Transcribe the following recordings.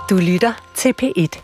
Du lytter til P1.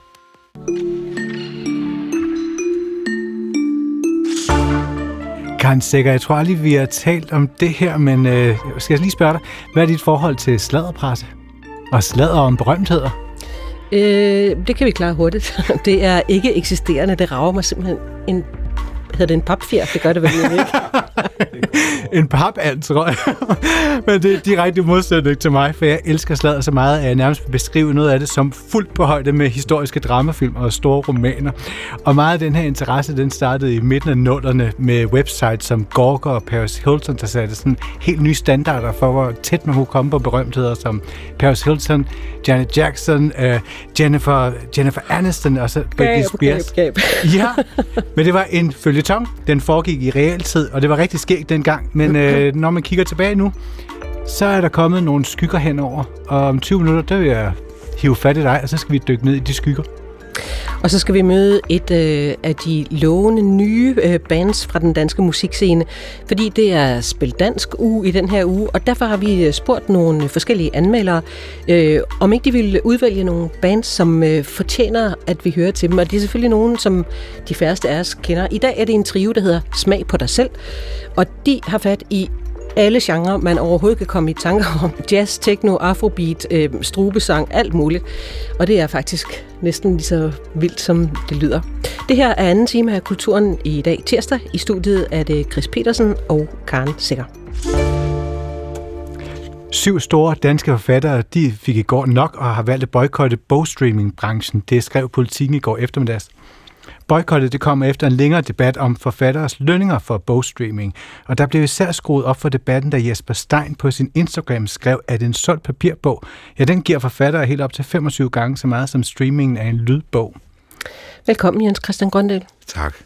Karen Secher, jeg tror aldrig, vi har talt om det her, men skal jeg lige spørge dig, hvad er dit forhold til sladderpresse og sladder om berømtheder? Det kan vi klare hurtigt. Det er ikke eksisterende. Det rager mig simpelthen hedder det en papfjer? Det gør det vel ikke. En papand, tror jeg. Men det er direkte modsætning til mig, for jeg elsker sladder så meget, at jeg nærmest vil beskrive noget af det som fuldt på højde med historiske dramafilm og store romaner. Og meget af den her interesse, den startede i midten af 00'erne med websites som Gawker og Paris Hilton, der satte sådan helt nye standarder for, hvor tæt man kunne komme på berømtheder som Paris Hilton, Janet Jackson, Jennifer Aniston og så Britney Spears. Ja, men det var en føljeton. Den foregik i realtid, og det var rigtig skægt dengang. Men når man kigger tilbage nu, så er der kommet nogle skygger henover. Og om 20 minutter, der vil jeg hive fat i dig, og så skal vi dykke ned i de skygger. Og så skal vi møde et af de lovende nye bands fra den danske musikscene, fordi det er Spil Dansk uge i den her uge, og derfor har vi spurgt nogle forskellige anmeldere, om ikke de vil udvælge nogle bands, som fortjener, at vi hører til dem. Og det er selvfølgelig nogen, som de færreste af os kender. I dag er det en trio, der hedder Smag på dig selv, og de har fat i alle genrer, man overhovedet kan komme i tanker om. Jazz, techno, afrobeat, strubesang, alt muligt. Og det er faktisk næsten lige så vildt, som det lyder. Det her er anden time af Kulturen i dag tirsdag. I studiet er det Chris Petersen og Karen Secher. 7 store danske forfattere, de fik i går nok og har valgt at boykotte bogstreamingbranchen. Det skrev Politiken i går eftermiddags. Boykottet det kom efter en længere debat om forfatteres lønninger for bogstreaming, og der blev især skruet op for debatten, da Jesper Stein på sin Instagram skrev, at en solgt papirbog, den giver forfattere helt op til 25 gange så meget som streamingen af en lydbog. Velkommen, Jens Christian Grøndal. Tak.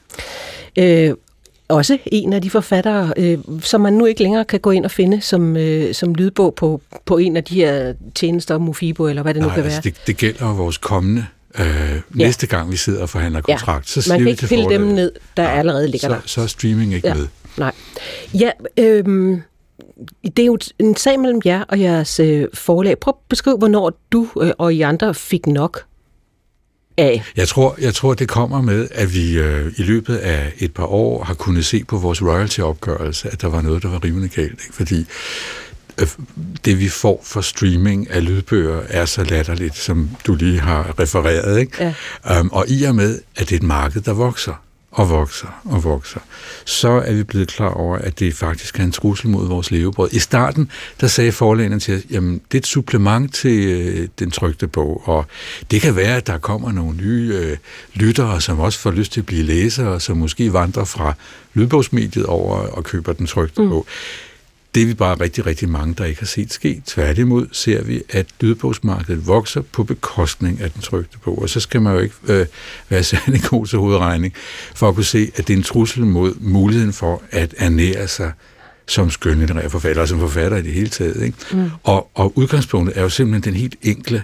Også en af de forfattere, som man nu ikke længere kan gå ind og finde som lydbog på en af de her tjenester, Mofibo eller hvad det nu kan være. Det gælder vores kommende. Næste gang vi sidder og forhandler kontrakt, så siger man kan vi ikke pille dem ned, der allerede ligger der. Så er streaming ikke med. Nej. Ja, det er jo en sag mellem jer og jeres forlag. Prøv at beskrive, hvornår du og I andre fik nok af. Jeg tror, det kommer med, at vi i løbet af et par år har kunnet se på vores royalty-opgørelse, at der var noget, der var rivende galt. Ikke? Fordi det, vi får for streaming af lydbøger, er så latterligt, som du lige har refereret. Ikke? Ja. Og i og med, at det er et marked, der vokser og vokser og vokser, så er vi blevet klar over, at det faktisk er en trussel mod vores levebrød. I starten, der sagde forlagene til os, jamen, det er et supplement til den trykte bog, og det kan være, at der kommer nogle nye lyttere, som også får lyst til at blive læsere, som måske vandrer fra lydbogsmediet over og køber den trykte bog. Det er vi bare rigtig, rigtig mange, der ikke har set ske. Tværtimod ser vi, at lydbogsmarkedet vokser på bekostning af den trykte bog. Og så skal man jo ikke være særlig god til hovedregning for at kunne se, at det er en trussel mod muligheden for at ernære sig som skønlitterære forfatter, som forfatter i det hele taget. Ikke? Og udgangspunktet er jo simpelthen den helt enkle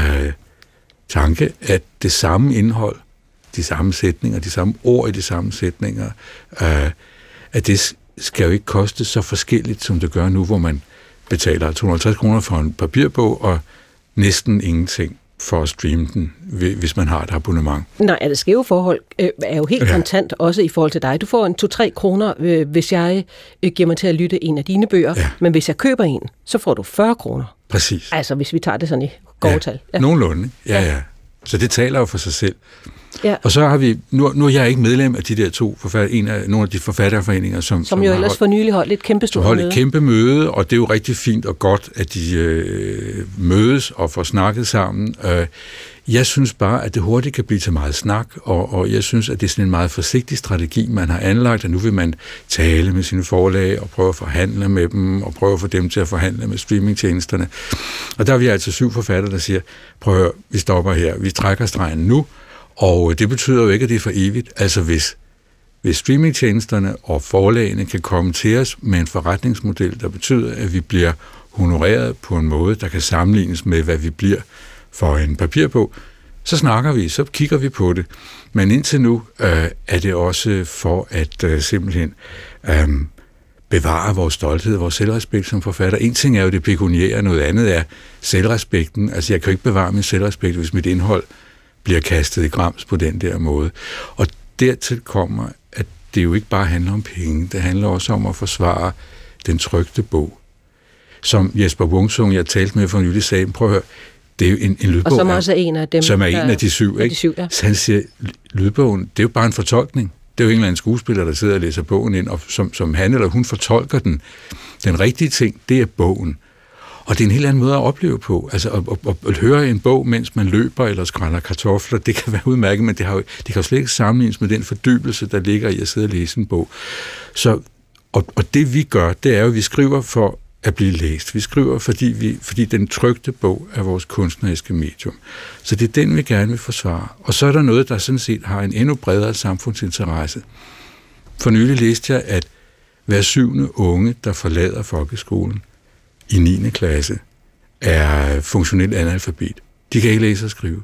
tanke, at det samme indhold, de samme sætninger, de samme ord i de samme sætninger, at det skal jo ikke koste så forskelligt, som det gør nu, hvor man betaler 250 kroner for en papirbog, og næsten ingenting for at streame den, hvis man har et abonnement. Nej, det skæve forhold er jo helt kontant, også i forhold til dig. Du får en 2-3 kroner, hvis jeg giver mig til at lytte en af dine bøger, men hvis jeg køber en, så får du 40 kroner. Præcis. Altså, hvis vi tager det sådan i gårdtal. Ja. Nogenlunde, ja. Så det taler jo for sig selv. Ja. Og så har vi, nu er jeg ikke medlem af de der to forfatter, nogle af de forfatterforeninger, som jo ellers for nylig holdt et kæmpe møde. Et kæmpe møde, og det er jo rigtig fint og godt, at de mødes og får snakket sammen. Jeg synes bare, at det hurtigt kan blive til meget snak, og jeg synes, at det er sådan en meget forsigtig strategi, man har anlagt, og nu vil man tale med sine forlag og prøve at forhandle med dem, og prøve at få dem til at forhandle med streamingtjenesterne. Og der er vi altså 7 forfattere, der siger, prøv at høre, vi stopper her, vi trækker stregen nu, og det betyder jo ikke, at det er for evigt. Altså hvis streamingtjenesterne og forlagene kan komme til os med en forretningsmodel, der betyder, at vi bliver honoreret på en måde, der kan sammenlignes med, hvad vi bliver for en papirbog, så snakker vi, så kigger vi på det. Men indtil nu er det også for at simpelthen bevare vores stolthed, vores selvrespekt som forfatter. En ting er jo det pekuniære, noget andet er selvrespekten. Altså, jeg kan jo ikke bevare min selvrespekt, hvis mit indhold bliver kastet i grams på den der måde. Og dertil kommer, at det jo ikke bare handler om penge, det handler også om at forsvare den trykte bog. Som Jesper Wungsung, jeg talte med for nylig, sagde, prøv at høre, det er jo en lydbog. Og som også er en af dem. Som er en af de 7, ikke? Ja. Så han siger, lydbogen, det er jo bare en fortolkning. Det er jo en eller anden skuespiller, der sidder og læser bogen ind, og som han eller hun fortolker den. Den rigtige ting, det er bogen. Og det er en helt anden måde at opleve på. Altså at høre en bog, mens man løber eller skræller kartofler, det kan være udmærket, men det kan jo slet ikke sammenlignes med den fordybelse, der ligger i at sidde og læse en bog. Så, og det vi gør, det er jo, at vi skriver for at blive læst. Vi skriver, fordi den trykte bog er vores kunstneriske medium. Så det er den, vi gerne vil forsvare. Og så er der noget, der sådan set har en endnu bredere samfundsinteresse. For nylig læste jeg, at hver 7. unge, der forlader folkeskolen i 9. klasse, er funktionelt analfabet. De kan ikke læse og skrive.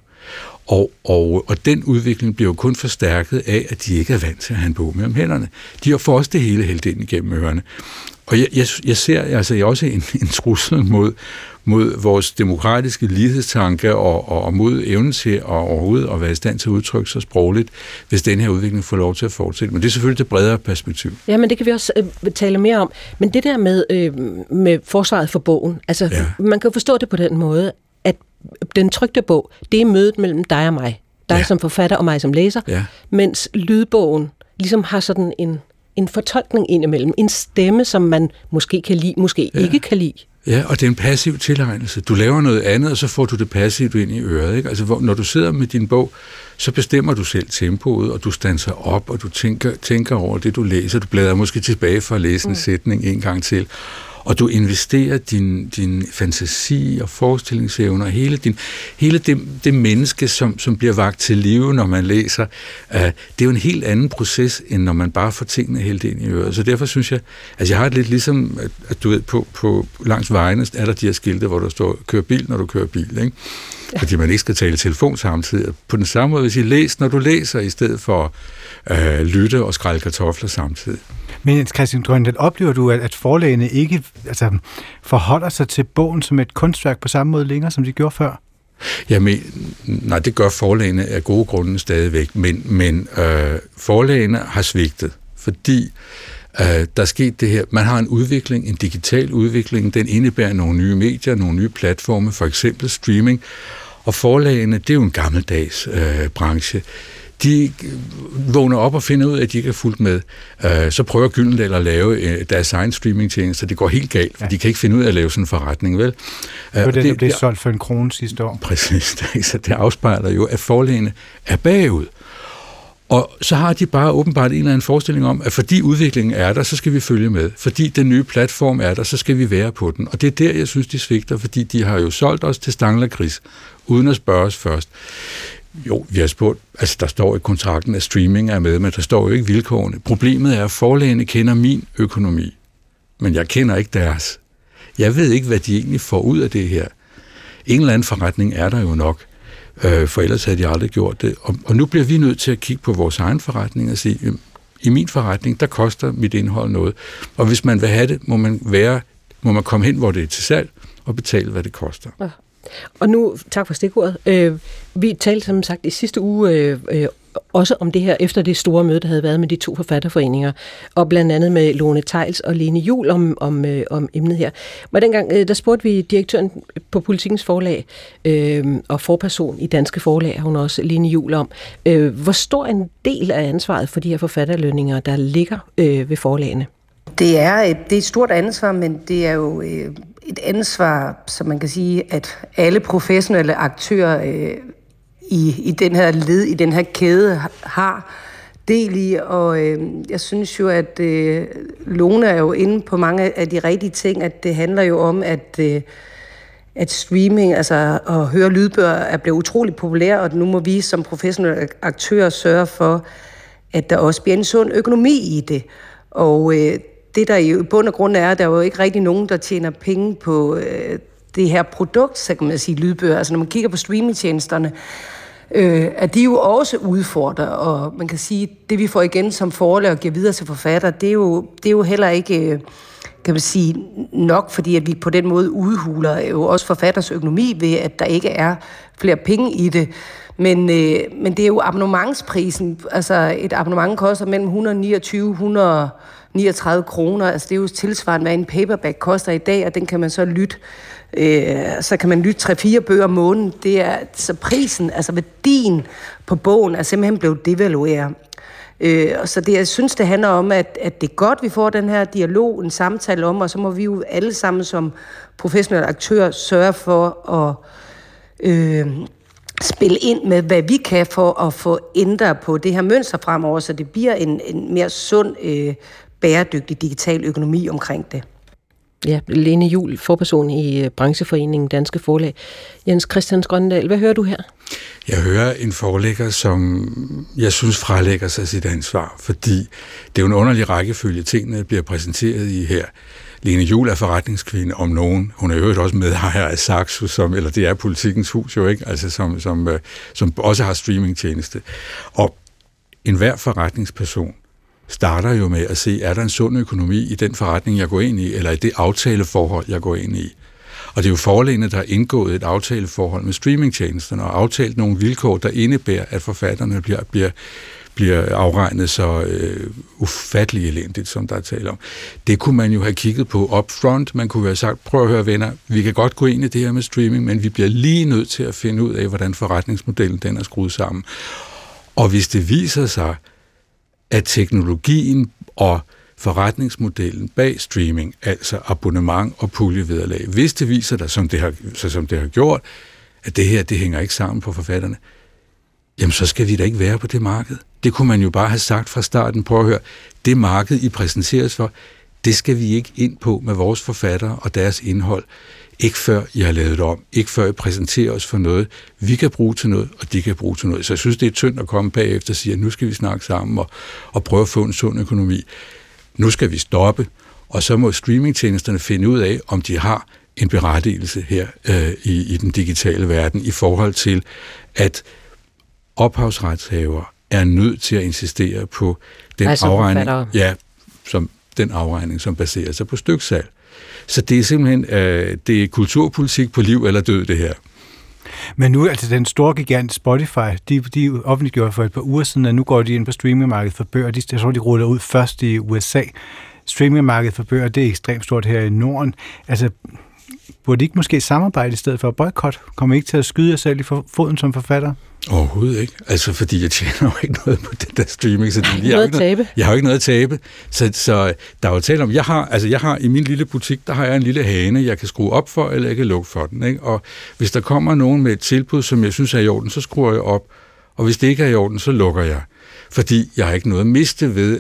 Og den udvikling bliver jo kun forstærket af, at de ikke er vant til at have en bog mellem hænderne. De får også det hele hældt ind igennem ørerne. Og jeg ser altså også en trussel mod vores demokratiske lighedstanke og mod evnen til overhovedet at være i stand til at udtrykke sig sprogligt, hvis den her udvikling får lov til at fortsætte. Men det er selvfølgelig det bredere perspektiv. Ja, men det kan vi også tale mere om. Men det der med forsvaret for bogen, altså man kan jo forstå det på den måde, at den trykte bog, det er mødet mellem dig og mig. Dig som forfatter og mig som læser, mens lydbogen ligesom har sådan en fortolkning indimellem, en stemme, som man måske kan lide, måske ikke kan lide. Ja, og det er en passiv tilegnelse. Du laver noget andet, og så får du det passivt ind i øret. Ikke? Altså, når du sidder med din bog, så bestemmer du selv tempoet, og du standser op, og du tænker over det, du læser. Du bladrer måske tilbage for at læse en sætning en gang til. Og du investerer din fantasi og forestillingsevner, hele det menneske, som bliver vakt til live, når man læser. Det er jo en helt anden proces, end når man bare får tingene helt ind i øret. Så derfor synes jeg, altså jeg har det lidt ligesom, at du ved, på langs vejene er der de her skilte, hvor der står, kør bil, når du kører bil, ikke? Fordi man ikke skal tale telefon samtidig. På den samme måde, hvis I læser, når du læser, i stedet for lytte og skrælle kartofler samtidig. Men Christian Drøndal, oplever du, at forlagene ikke forholder sig til bogen som et kunstværk på samme måde længere, som de gjorde før? Jamen, nej, det gør forlagene af gode grunde stadigvæk, men forlagene har svigtet, fordi der er sket det her. Man har en udvikling, en digital udvikling, den indebærer nogle nye medier, nogle nye platforme, for eksempel streaming, og forlagene, det er jo en gammeldags branche. De vågner op og finder ud af, at de ikke er fulgt med. Så prøver Gyldendal at lave deres egen streamingtjeneste. Det går helt galt, for de kan ikke finde ud af at lave sådan en forretning, vel? Det blev solgt for 1 krone sidste år. Præcis. Så det afspejler jo, at forlagene er bagud. Og så har de bare åbenbart en eller anden forestilling om, at fordi udviklingen er der, så skal vi følge med. Fordi den nye platform er der, så skal vi være på den. Og det er der, jeg synes, de svigter, fordi de har jo solgt os til Stangler-Gris, uden at spørge os først. Jo, vi har spurgt, altså der står i kontrakten, at streaming er med, men der står jo ikke vilkårene. Problemet er, at forlagene kender min økonomi, men jeg kender ikke deres. Jeg ved ikke, hvad de egentlig får ud af det her. En eller anden forretning er der jo nok, for ellers havde de aldrig gjort det. Og nu bliver vi nødt til at kigge på vores egen forretning og sige, i min forretning, der koster mit indhold noget. Og hvis man vil have det, må man komme hen, hvor det er til salg, og betale, hvad det koster. Ja. Og nu, tak for stikordet. Vi talte som sagt i sidste uge også om det her, efter det store møde, der havde været med de 2 forfatterforeninger, og blandt andet med Lone Theils og Lene Juhl om emnet her. Og dengang, der spurgte vi direktøren på Politikens Forlag og forperson i Danske Forlag, hun også Lene Juhl om, hvor stor en del af ansvaret for de her forfatterlønninger, der ligger ved forlagene? Det er et stort ansvar, men det er jo et ansvar, som man kan sige, at alle professionelle aktører i den her led, i den her kæde, har del i. Og jeg synes jo, at Lone er jo inde på mange af de rigtige ting, at det handler jo om, at streaming, altså at høre lydbøger, er blevet utrolig populær, og nu må vi som professionelle aktører sørge for, at der også bliver en sund økonomi i det. Og det der i bund og grund er, der er jo ikke rigtig nogen, der tjener penge på det her produkt, så kan man sige lydbøger. Altså når man kigger på streamingtjenesterne, at de jo også udfordrer, og man kan sige, det vi får igen som forlag og giver videre til forfatter, det er jo heller ikke, kan man sige, nok, fordi at vi på den måde udhuler jo også forfatters økonomi ved, at der ikke er flere penge i det. Men det er jo abonnementsprisen, altså et abonnement koster mellem 129 og 139 kroner, altså det er jo tilsvarende, hvad en paperback koster i dag, og den kan man så lytte. Så kan man lytte 3-4 bøger om måneden. Det er, så prisen, altså værdien på bogen, er simpelthen blevet devalueret. Så det, jeg synes, det handler om, at det er godt, vi får den her dialog, en samtale om, og så må vi jo alle sammen som professionelle aktører sørge for at spille ind med, hvad vi kan for at få ændret på det her mønster fremover, så det bliver en mere sund, bæredygtig digital økonomi omkring det. Ja, Lene Juhl, forperson i brancheforeningen Danske Forlag. Jens Christian Grøndahl, hvad hører du her? Jeg hører en forlægger, som jeg synes frelægger sig sit ansvar, fordi det er jo en underlig rækkefølge, tingene bliver præsenteret i her. Lene Juhl er forretningskvinde om nogen. Hun er jo også medejer af Saxo, eller det er Politikens Hus jo, ikke? Altså som også har streamingtjeneste. Og enhver forretningsperson starter jo med at se, er der en sund økonomi i den forretning, jeg går ind i, eller i det aftaleforhold, jeg går ind i. Og det er jo forlæggene, der har indgået et aftaleforhold med streamingtjenesterne, og aftalt nogle vilkår, der indebærer, at forfatterne bliver afregnet så ufattelig elendigt, som der er tale om. Det kunne man jo have kigget på upfront. Man kunne have sagt, prøv at høre venner, vi kan godt gå ind i det her med streaming, men vi bliver lige nødt til at finde ud af, hvordan forretningsmodellen den er skruet sammen. Og hvis det viser sig, at teknologien og forretningsmodellen bag streaming, altså abonnement og puljevederlag, hvis det viser sig, som det har gjort, at det her, det hænger ikke sammen på forfatterne, jamen så skal vi da ikke være på det marked. Det kunne man jo bare have sagt fra starten. Prøv at høre, det marked, I præsenteres for, det skal vi ikke ind på med vores forfattere og deres indhold. Ikke før I har lavet det om. Ikke før I præsenterer os for noget, vi kan bruge til noget, og de kan bruge til noget. Så jeg synes, det er tyndt at komme bagefter og sige, at nu skal vi snakke sammen og prøve at få en sund økonomi. Nu skal vi stoppe, og så må streamingtjenesterne finde ud af, om de har en berettigelse her i den digitale verden i forhold til, at ophavsretshaver er nødt til at insistere på den afregning, den afregning, som baserer sig på styksalg. Så det er simpelthen det er kulturpolitik på liv eller død, det her. Men nu, altså den store gigant Spotify, de offentliggjorde for et par uger siden, at nu går de ind på streamingmarkedet for bøger. Jeg tror, de ruller ud først i USA. Streamingmarkedet for bøger, det er ekstremt stort her i Norden. Altså, burde de ikke måske samarbejde i stedet for at boykotte? Kommer I ikke til at skyde jer selv i foden som forfatter? Overhovedet ikke. Altså, fordi jeg tjener jo ikke noget på det der streaming. Så jeg har jo ikke noget at tabe. Så der er jo tale om, jeg har i min lille butik, der har jeg en lille hane, jeg kan skrue op for, eller jeg kan lukke for den. Ikke? Og hvis der kommer nogen med et tilbud, som jeg synes er i orden, så skruer jeg op. Og hvis det ikke er i orden, så lukker jeg. Fordi jeg har ikke noget at miste ved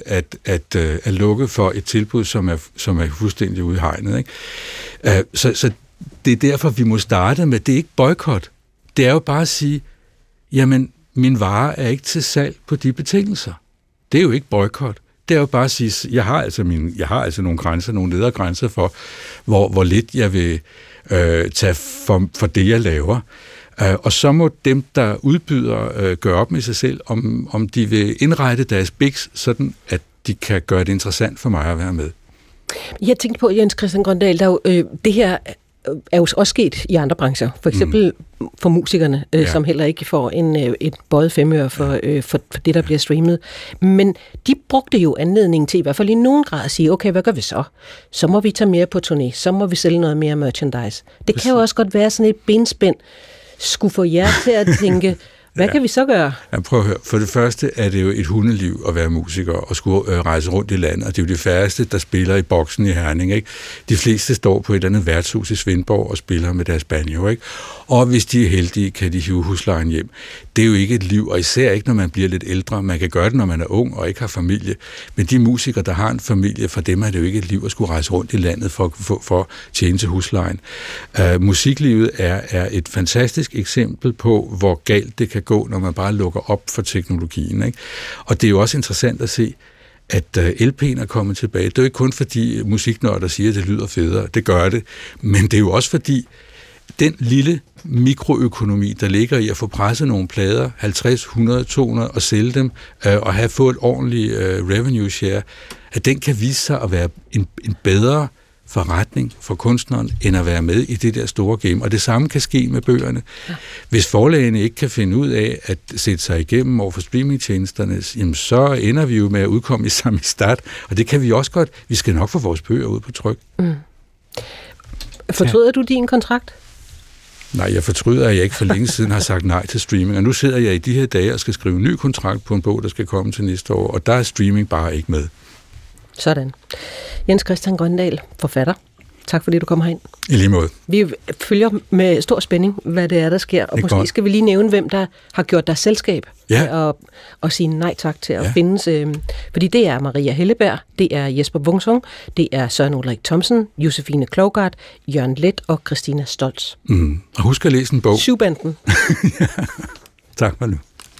at lukke for et tilbud, som er fuldstændig udhegnet. Ikke? Så det er derfor, vi må starte med, det er ikke boykot. Det er jo bare at sige, jamen, min vare er ikke til salg på de betingelser. Det er jo ikke boykot. Det er jo bare at sige, jeg har altså nogle grænser, nogle nedre grænser for, hvor lidt jeg vil tage for det, jeg laver. Og så må dem, der udbyder, gøre op med sig selv, om de vil indrette deres biks, sådan at de kan gøre det interessant for mig at være med. Jeg tænkte på, Jens Christian Grøndahl, der jo, det her er jo også sket i andre brancher. For eksempel for musikerne, som heller ikke får et bøjet 5 øre for det, der bliver streamet. Men de brugte jo anledningen til, i hvert fald i nogen grad, at sige, okay, hvad gør vi så? Så må vi tage mere på turné, så må vi sælge noget mere merchandise. Det kan jo også godt være sådan et benspænd, skulle få jer til at tænke, hvad kan vi så gøre? Ja, prøv at høre. For det første er det jo et hundeliv at være musiker og skulle rejse rundt i landet, og det er jo de færreste, der spiller i boksen i Herning. Ikke? De fleste står på et eller andet værtshus i Svendborg og spiller med deres banjo. Ikke? Og hvis de er heldige, kan de hive huslejen hjem. Det er jo ikke et liv, og især ikke, når man bliver lidt ældre. Man kan gøre det, når man er ung og ikke har familie. Men de musikere, der har en familie, for dem er det jo ikke et liv at skulle rejse rundt i landet for at tjene til huslejen. Musiklivet er et fantastisk eksempel på, hvor galt det kan gå, når man bare lukker op for teknologien. Ikke? Og det er jo også interessant at se, at LP'en er kommet tilbage. Det er jo ikke kun fordi musiknørder siger, at det lyder federe. Det gør det. Men det er jo også fordi, den lille mikroøkonomi, der ligger i at få presset nogle plader, 50, 100, 200, og sælge dem, og have fået et ordentligt revenue share, at den kan vise sig at være en bedre forretning for kunstneren, end at være med i det der store game. Og det samme kan ske med bøgerne. Ja. Hvis forlagene ikke kan finde ud af at sætte sig igennem over for streamingtjenesterne, jamen så ender vi jo med at udkomme i Samizdat, og det kan vi også godt. Vi skal nok få vores bøger ud på tryk. Mm. Fortryder du din kontrakt? Nej, jeg fortryder, at jeg ikke for længe siden har sagt nej til streaming, og nu sidder jeg i de her dage og skal skrive en ny kontrakt på en bog, der skal komme til næste år, og der er streaming bare ikke med. Sådan. Jens Christian Grøndahl, forfatter. Tak fordi du kom herind. I lige måde. Vi følger med stor spænding, hvad det er, der sker, og måske skal vi lige nævne, hvem der har gjort dig selskab og sige nej tak til at findes. Fordi det er Maria Helleberg, det er Jesper Wungsung, det er Søren Ulrik Thomsen, Josefine Klougart, Jørgen Leth og Christina Stoltz. Og husk at læse en bog. Syvbanden. Tak for nu.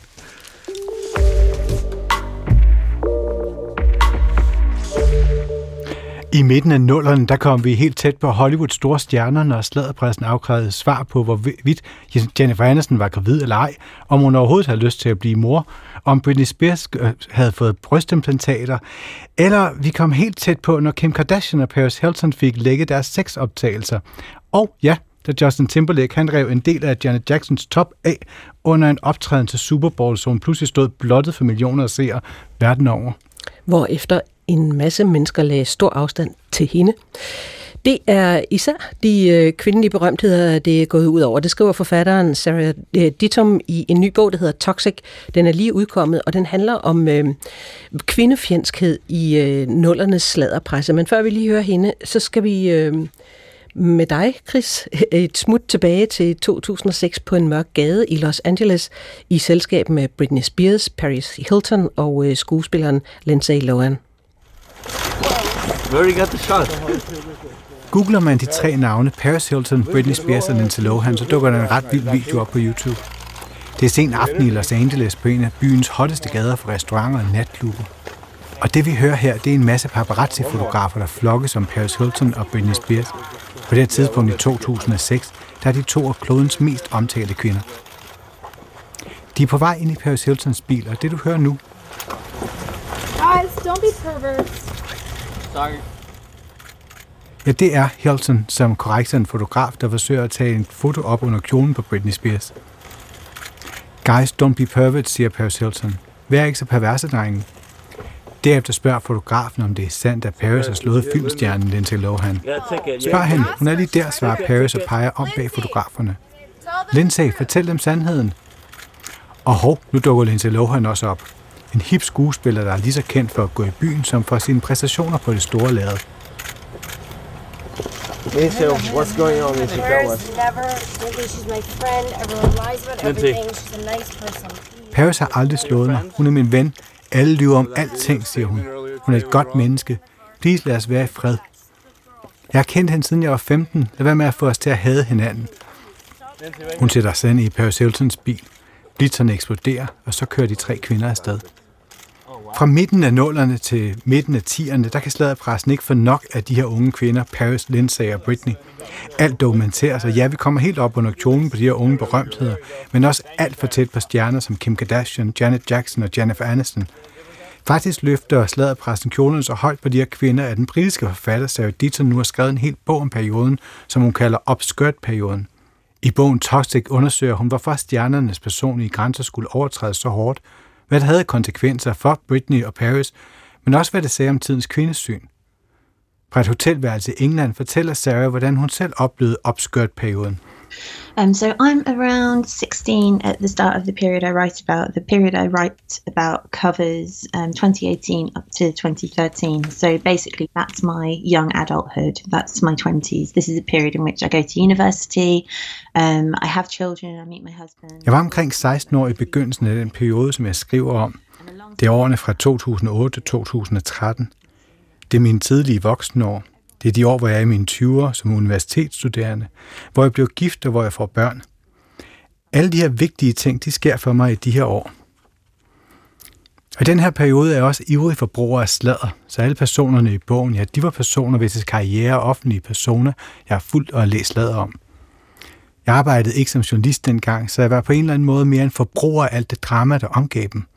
I midten af 00'erne, der kom vi helt tæt på Hollywoods store stjerner, når sladderpressen afkrævede svar på, hvorvidt Jennifer Aniston var gravid eller ej, om hun overhovedet havde lyst til at blive mor, om Britney Spears havde fået brystimplantater, eller vi kom helt tæt på, når Kim Kardashian og Paris Hilton fik lækket deres sexoptagelser. Og ja, da Justin Timberlake han rev en del af Janet Jacksons top af under en optræden til Super Bowl, så hun pludselig stod blottet for millioner af seere verden over. Hvorefter en masse mennesker lagde stor afstand til hende. Det er især de kvindelige berømtheder, det er gået ud over. Det skriver forfatteren Sarah Dittum i en ny bog, der hedder Toxic. Den er lige udkommet, og den handler om kvindefjendskhed i nullernes sladderpresse. Men før vi lige hører hende, så skal vi med dig, Chris, et smut tilbage til 2006 på en mørk gade i Los Angeles i selskab med Britney Spears, Paris Hilton og skuespilleren Lindsay Lohan. Where you got the shot? Googler man de tre navne, Paris Hilton, Britney Spears og Lindsay Lohan, så dukker der en ret vild video op på YouTube. Det er sen aften i Los Angeles på en af byens hotteste gader for restauranter og natklubber. Og det vi hører her, det er en masse paparazzi-fotografer, der flokkes om Paris Hilton og Britney Spears. På det her tidspunkt i 2006, der er de to af klodens mest omtalte kvinder. De er på vej ind i Paris Hiltons bil, og det du hører nu... Guys, don't be perverts. Sorry. Ja, det er Hilton, som korrekt er en fotograf, der forsøger at tage en foto op under kjolen på Britney Spears. Guys, don't be perverts, siger Paris Hilton. Vær ikke så perverse, drengen. Derefter spørger fotografen, om det er sandt, at Paris har slået filmstjernen Lindsay Lohan. Spørg hende. Hun er lige der, svarer Paris og peger om bag fotograferne. Lindsay, fortæl dem sandheden. Og nu dukker Lindsay Lohan også op. En hip skuespiller, der er lige så kendt for at gå i byen, som for sine præstationer på det store lærred. Lindsay, what's going on, Lindsay? Tell us. She's my friend. Everyone lies about everything. She's a nice person. Paris har aldrig slået mig. Hun er min ven. Alle lyver om alting, siger hun. Hun er et godt menneske. Please, lad os være i fred. Jeg har kendt hende, siden jeg var 15. Lad være med at få os til at hade hinanden. Hun sætter sig ind i Paris Hiltons bil. Blitzerne eksploderer, og så kører de tre kvinder afsted. Fra midten af 00'erne til midten af 10'erne, der kan sladderpressen ikke få nok af de her unge kvinder, Paris, Lindsay og Britney. Alt dokumenteres, og ja, vi kommer helt op under kjolen på de her unge berømtheder, men også alt for tæt på stjerner som Kim Kardashian, Janet Jackson og Jennifer Aniston. Faktisk løfter sladderpressen kjolen så højt på de her kvinder, at den britiske forfatter Sarah Dittum nu har skrevet en hel bog om perioden, som hun kalder upskirt-perioden. I bogen Toxic undersøger hun, hvorfor stjernernes personlige grænser skulle overtrædes så hårdt, hvad det havde konsekvenser for Britney og Paris, men også hvad det sagde om tidens kvindesyn. Fra et hotelværelse i England fortæller Sarah, hvordan hun selv oplevede upskirt-perioden. So I'm around 16 at the start of the period I write about. The period I write about covers 2018 up to 2013. So basically that's my young adulthood. That's my 20s. This is a period in which I go to university. I have children. I meet my husband. Jeg var omkring 16 år i begyndelsen af den periode, som jeg skriver om. Det er årene fra 2008 til 2013. Det er mine tidlige voksenår. Det er de år, hvor jeg er i mine 20'ere som universitetsstuderende, hvor jeg blev gift og hvor jeg får børn. Alle de her vigtige ting, de sker for mig i de her år. Og i den her periode er jeg også ivrig forbruger af sladder, så alle personerne i bogen, ja, de var personer, hvis karriere og offentlige personer, jeg har fulgt og læst sladder om. Jeg arbejdede ikke som journalist dengang, så jeg var på en eller anden måde mere en forbruger af alt det drama, der omgav dem.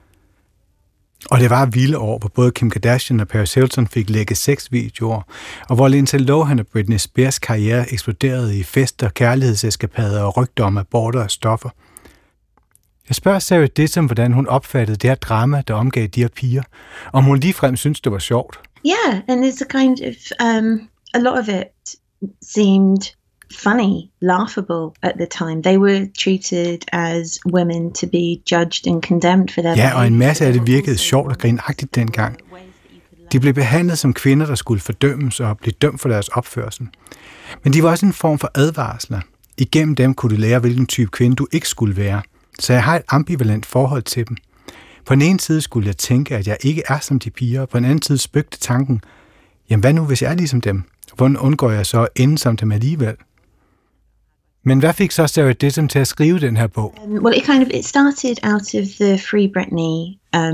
Og det var vilde år, hvor både Kim Kardashian og Paris Hilton fik lækket sexvideoer, og hvor Lindsay Lohan og Britney Spears karriere eksploderede i fester, kærlighedseskapader og rygter om aborter og stoffer. Jeg spørger Sarah Dittum, hvordan hun opfattede det her drama, der omgav de her piger, om hun ligefrem synes det var sjovt. Yeah, and there's a kind of, a lot of it seemed funny, laughable at the time. They were treated as women to be judged and condemned for their behavior. Ja, og en masse af det virkede sjovt og grinagtigt dengang. De blev behandlet som kvinder, der skulle fordømmes og blive dømt for deres opførsel. Men de var også en form for advarsler. Igennem dem kunne du lære, hvilken type kvinde du ikke skulle være. Så jeg har et ambivalent forhold til dem. På den ene side skulle jeg tænke, at jeg ikke er som de piger, og på den anden side spøgte tanken, jamen hvad nu, hvis jeg er ligesom dem? Hvordan undgår jeg så at ende som dem alligevel? Men hvad fik så Sarah Dittum til at skrive den her bog? Well, it started out of the Free Britney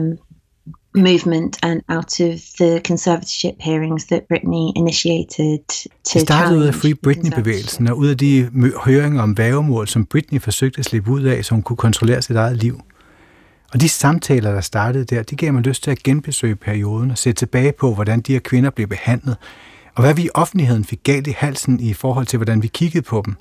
movement and out of the conservatorship hearings that Britney initiated. Det startede ud af Free Britney-bevægelsen og ud af de høringer om værgemål, som Britney forsøgte at slippe ud af, så hun kunne kontrollere sit eget liv. Og de samtaler, der startede der, de gav mig lyst til at genbesøge perioden og se tilbage på, hvordan de her kvinder blev behandlet, og hvad vi i offentligheden fik galt i halsen i forhold til, hvordan vi kiggede på dem.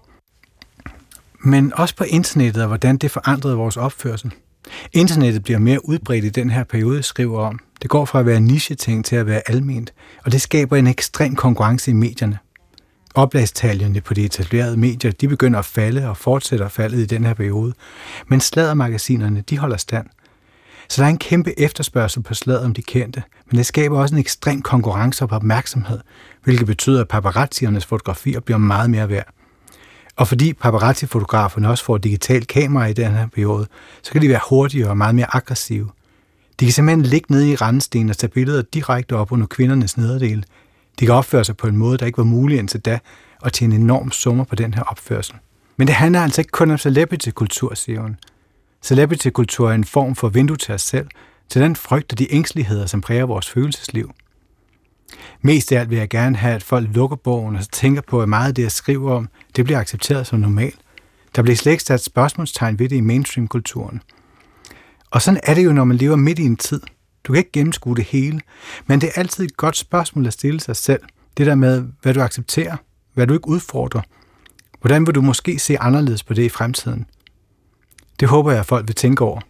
Men også på internettet og hvordan det forandrede vores opførsel. Internettet bliver mere udbredt i den her periode, jeg skriver om. Det går fra at være niche-ting til at være alment, og det skaber en ekstrem konkurrence i medierne. Oplagstallene på de etablerede medier, de begynder at falde og fortsætter faldet i den her periode. Men sladdermagasinerne, de holder stand. Så der er en kæmpe efterspørgsel på sladder om de kendte, men det skaber også en ekstrem konkurrence og opmærksomhed, hvilket betyder, at paparazziernes fotografier bliver meget mere værd. Og fordi paparazzi-fotograferne også får digital kamera i den her periode, så kan de være hurtigere og meget mere aggressive. De kan simpelthen ligge nede i randsten og tage billeder direkte op under kvindernes nederdele. De kan opføre sig på en måde, der ikke var mulig indtil da, og tjene enormt summer på den her opførsel. Men det handler altså ikke kun om celebrity-kultur, siger hun. Celebrity-kultur er en form for vindue til os selv, til den frygt og de ængsteligheder, som præger vores følelsesliv. Mest af alt vil jeg gerne have, at folk lukker bogen og tænker på, at meget af det, jeg skriver om, det bliver accepteret som normalt. Der bliver slet ikke sat spørgsmålstegn ved det i mainstream-kulturen. Og sådan er det jo, når man lever midt i en tid. Du kan ikke gennemskue det hele, men det er altid et godt spørgsmål at stille sig selv. Det der med, hvad du accepterer, hvad du ikke udfordrer. Hvordan vil du måske se anderledes på det i fremtiden? Det håber jeg, at folk vil tænke over.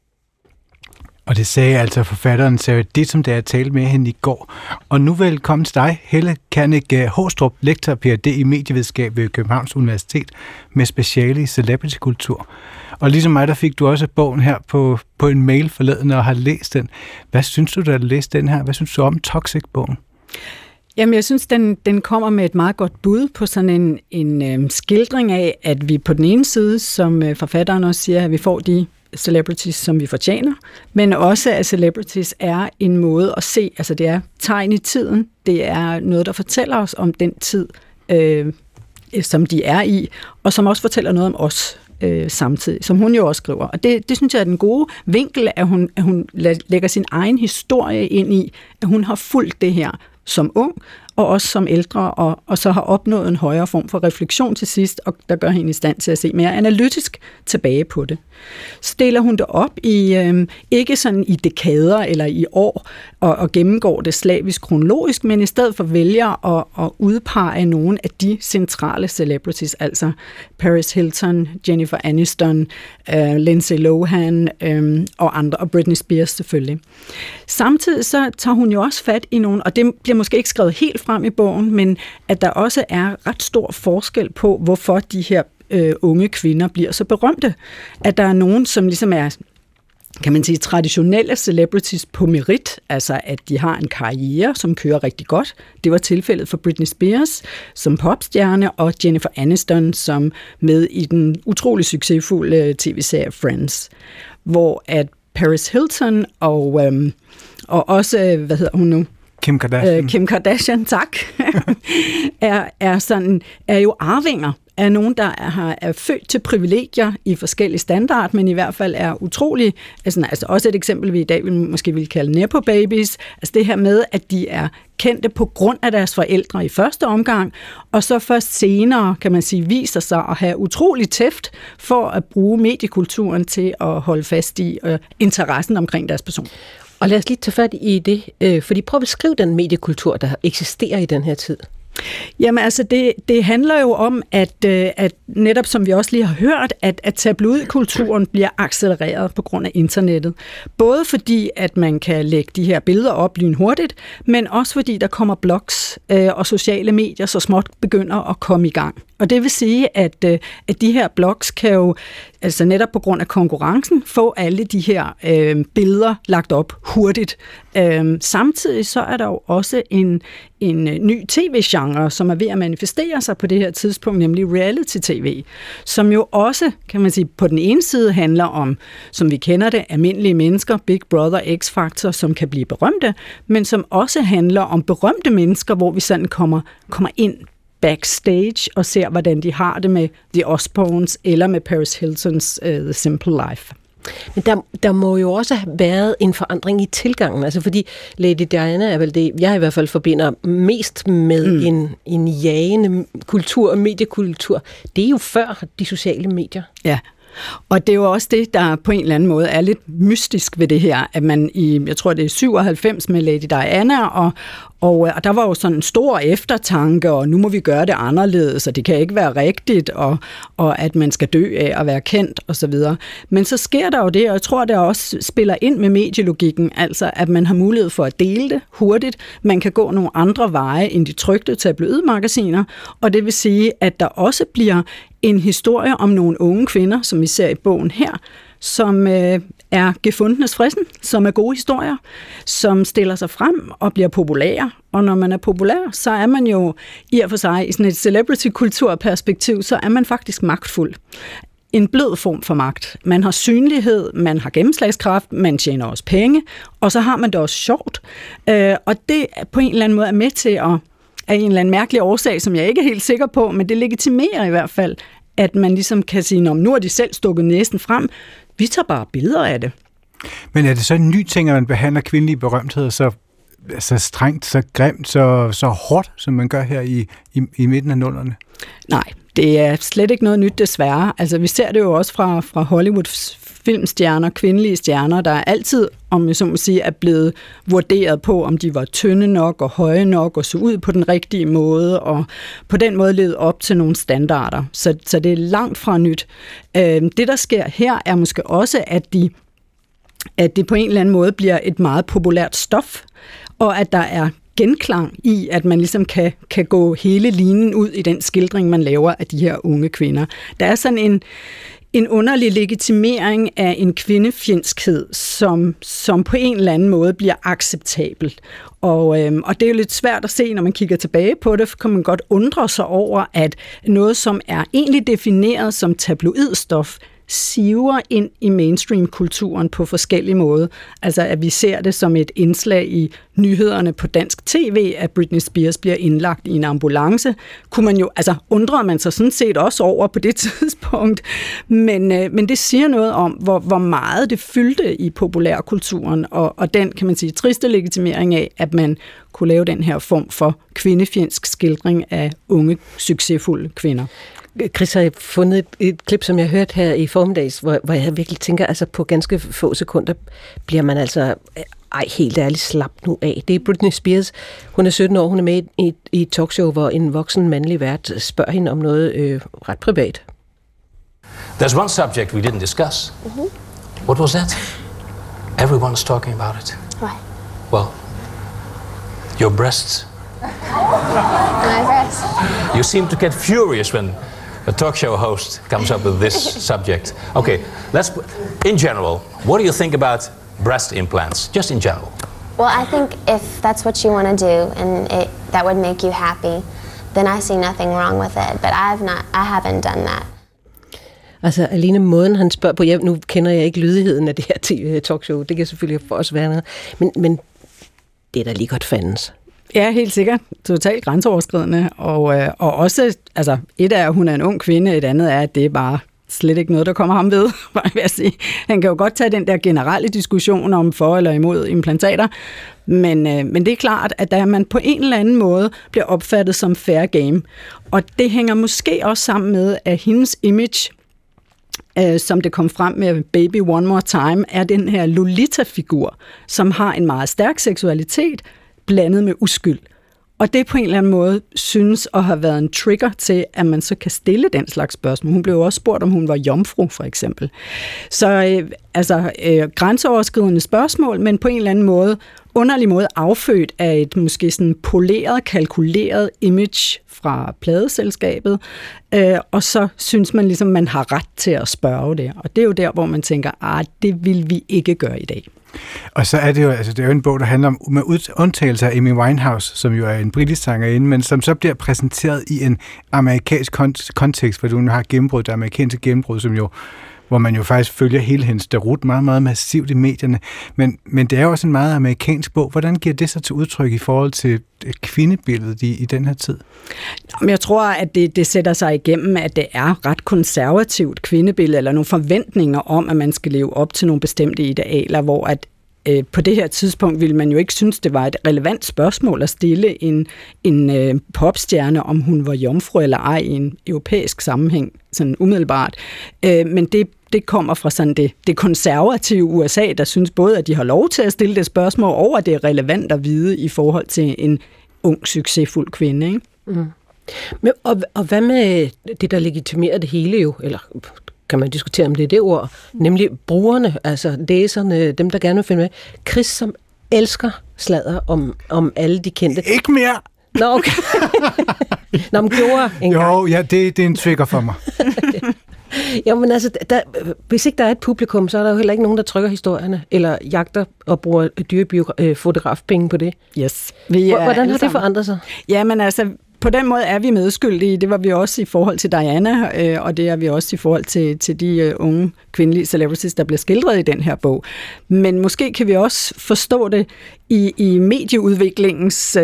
Og det sagde altså forfatteren Sarah Dittum, da jeg talte med hende i går. Og nu velkommen til dig, Helle Kernik Håstrup, lektor Ph.D. i medievidenskab ved Københavns Universitet med speciale i celebrity-kultur. Og ligesom mig, der fik du også bogen her på en mail forleden og har læst den. Hvad synes du, da du læste den her? Hvad synes du om Toxic-bogen? Jamen, jeg synes, den kommer med et meget godt bud på sådan en skildring af, at vi på den ene side, som forfatteren også siger, at vi får de celebrities, som vi fortjener, men også at celebrities er en måde at se, altså det er tegn i tiden, det er noget, der fortæller os om den tid, som de er i, og som også fortæller noget om os samtidig, som hun jo også skriver. Og det synes jeg er den gode vinkel, at hun lægger sin egen historie ind i, at hun har fulgt det her som ung, og også som ældre, og så har opnået en højere form for refleksion til sidst, og der gør hende i stand til at se mere analytisk tilbage på det. Så deler hun det op i, ikke sådan i dekader eller i år, og gennemgår det slavisk kronologisk, men i stedet for vælger at udpege nogle af de centrale celebrities, altså Paris Hilton, Jennifer Aniston, Lindsay Lohan og andre, og Britney Spears selvfølgelig. Samtidig så tager hun jo også fat i nogle, og det bliver måske ikke skrevet helt frem i bogen, men at der også er ret stor forskel på, hvorfor de her unge kvinder bliver så berømte. At der er nogen, som ligesom er, kan man sige, traditionelle celebrities på merit, altså at de har en karriere, som kører rigtig godt. Det var tilfældet for Britney Spears som popstjerne, og Jennifer Aniston som med i den utrolig succesfulde tv-serie Friends. Hvor at Paris Hilton og også, hvad hedder hun nu? Kim Kardashian. Kim Kardashian, tak, er jo arvinger af nogen, der er født til privilegier i forskellige standard, men i hvert fald er utrolig, altså også et eksempel, vi i dag måske vil kalde nepo babies, altså det her med, at de er kendte på grund af deres forældre i første omgang, og så først senere, kan man sige, viser sig at have utrolig tæft for at bruge mediekulturen til at holde fast i interessen omkring deres person. Og lad os lige tage fat i det, fordi prøv at beskrive den mediekultur, der eksisterer i den her tid. Jamen altså, det handler jo om, at netop som vi også lige har hørt, at tabloidkulturen bliver accelereret på grund af internettet. Både fordi, at man kan lægge de her billeder op lynhurtigt, men også fordi der kommer blogs og sociale medier så småt begynder at komme i gang. Og det vil sige, at de her blogs kan jo altså netop på grund af konkurrencen få alle de her billeder lagt op hurtigt. Samtidig så er der jo også en ny tv-genre, som er ved at manifestere sig på det her tidspunkt, nemlig reality-tv, som jo også, kan man sige, på den ene side handler om, som vi kender det, almindelige mennesker, Big Brother, X-Factor, som kan blive berømte, men som også handler om berømte mennesker, hvor vi sådan kommer ind backstage og ser, hvordan de har det med The Osbournes eller med Paris Hiltons The Simple Life. Men der må jo også have været en forandring i tilgangen, altså fordi Lady Diana er vel det, jeg i hvert fald forbinder mest med en jagende kultur og mediekultur. Det er jo før de sociale medier. Ja. Og det er jo også det, der på en eller anden måde er lidt mystisk ved det her, at man jeg tror det er 97 med Lady Diana, og der var jo sådan en stor eftertanke, og nu må vi gøre det anderledes, og det kan ikke være rigtigt, og at man skal dø af at være kendt, osv. Men så sker der jo det, og jeg tror, det også spiller ind med medielogikken, altså at man har mulighed for at dele det hurtigt, man kan gå nogle andre veje end de trykte tabloidmagasiner, og det vil sige, at der også bliver en historie om nogle unge kvinder, som vi ser i bogen her, som er gefundenes fristen, som er gode historier, som stiller sig frem og bliver populære. Og når man er populær, så er man jo i og for sig i sådan et celebrity-kulturperspektiv, så er man faktisk magtfuld. En blød form for magt. Man har synlighed, man har gennemslagskraft, man tjener også penge, og så har man det også sjovt. Og det på en eller anden måde er med til at af en eller anden mærkelig årsag, som jeg ikke er helt sikker på, men det legitimerer i hvert fald, at man ligesom kan sige, nu har de selv stukket næsen frem, vi tager bare billeder af det. Men er det så en ny ting, at man behandler kvindelige berømtheder så strengt, så grimt, så hårdt, som man gør her i midten af 00'erne? Nej, det er slet ikke noget nyt, desværre. Altså, vi ser det jo også fra Hollywoods filmstjerner, kvindelige stjerner, der altid, om jeg så må sige, er blevet vurderet på, om de var tynde nok og høje nok og så ud på den rigtige måde, og på den måde levede op til nogle standarder. Så det er langt fra nyt. Det, der sker her, er måske også, at det på en eller anden måde bliver et meget populært stof, og at der er genklang i, at man ligesom kan gå hele linjen ud i den skildring, man laver af de her unge kvinder. Der er sådan en underlig legitimering af en kvindefjendskhed, som på en eller anden måde bliver acceptabel. Og det er jo lidt svært at se, når man kigger tilbage på det, for kan man godt undre sig over, at noget, som er egentlig defineret som tabloidstof, siver ind i mainstream-kulturen på forskellige måder. Altså, at vi ser det som et indslag i nyhederne på dansk tv, at Britney Spears bliver indlagt i en ambulance. Kunne man jo, altså undrer man sig sådan set også over på det tidspunkt, men det siger noget om, hvor meget det fyldte i populærkulturen, og den, kan man sige, triste legitimering af, at man kunne lave den her form for kvindefjendsk skildring af unge, succesfulde kvinder. Chris, har fundet et klip, som jeg hørte her i formiddags, hvor jeg virkelig tænker, altså på ganske få sekunder bliver man altså, helt ærligt, slap nu af. Det er Britney Spears. Hun er 17 år, hun er med i et talkshow, hvor en voksen mandlig vært spørger hende om noget ret privat. There's one subject we didn't discuss. Mm-hmm. What was that? Everyone's talking about it. What? Well, your breasts. My breasts. You seem to get furious when a talk show host comes up with this subject. Okay, in general, what do you think about breast implants? Just in general. Well, I think if that's what you want to do and that would make you happy, then I see nothing wrong with it. But I haven't done that. Altså alene måden, han spørger på, nu kender jeg ikke lydigheden af det her talkshow, det kan selvfølgelig også være noget, men det er da lige godt fandens. Ja, helt sikkert. Totalt grænseoverskridende. Og også, altså, et er, at hun er en ung kvinde, et andet er, at det er bare slet ikke noget, der kommer ham ved, vil jeg sige. Han kan jo godt tage den der generelle diskussion om for eller imod implantater, men det er klart, at da man på en eller anden måde bliver opfattet som fair game, og det hænger måske også sammen med, at hendes image, som det kom frem med Baby One More Time, er den her Lolita-figur, som har en meget stærk seksualitet blandet med uskyld. Og det på en eller anden måde synes at have været en trigger til, at man så kan stille den slags spørgsmål. Hun blev også spurgt, om hun var jomfru, for eksempel. Så grænseoverskridende spørgsmål, men på en eller anden måde, underlig måde affødt af et måske sådan poleret, kalkuleret image fra pladeselskabet, og så synes man ligesom, man har ret til at spørge det. Og det er jo der, hvor man tænker, det vil vi ikke gøre i dag. Og så er det jo, altså det er jo en bog, der handler om med undtagelse af Amy Winehouse, som jo er en britisk sangerinde, men som så bliver præsenteret i en amerikansk kontekst, fordi hun har gennembrud, det amerikanske gennembrud, som jo, hvor man jo faktisk følger hele hendes derut meget, meget massivt i medierne. Men det er jo også en meget amerikansk bog. Hvordan giver det sig til udtryk i forhold til kvindebilledet i den her tid? Jeg tror, at det sætter sig igennem, at det er ret konservativt kvindebillede, eller nogle forventninger om, at man skal leve op til nogle bestemte idealer, hvor at på det her tidspunkt ville man jo ikke synes, det var et relevant spørgsmål at stille en popstjerne, om hun var jomfru eller ej i en europæisk sammenhæng, sådan umiddelbart. Men det kommer fra sådan det konservative USA, der synes både, at de har lov til at stille det spørgsmål, og at det er relevant at vide i forhold til en ung, succesfuld kvinde, ikke? Mm. Men, og hvad med det, der legitimerer det hele jo, eller kan man diskutere, om det er det ord, nemlig brugerne, altså læserne, dem, der gerne vil finde med. Chris, som elsker sladder om alle de kendte. Ikke mere! Nå, okay. Nå, men gjorde engang. Jo, ja, det er en trigger for mig. Ja, men altså, hvis ikke der er et publikum, så er der jo heller ikke nogen, der trykker historierne, eller jagter og bruger dyre fotografpenge på det. Yes. Hvordan har det forandret sig? Jamen altså, på den måde er vi medskyldige. Det var vi også i forhold til Diana, og det er vi også i forhold til de unge kvindelige celebrities, der bliver skildret i den her bog. Men måske kan vi også forstå det i medieudviklingens,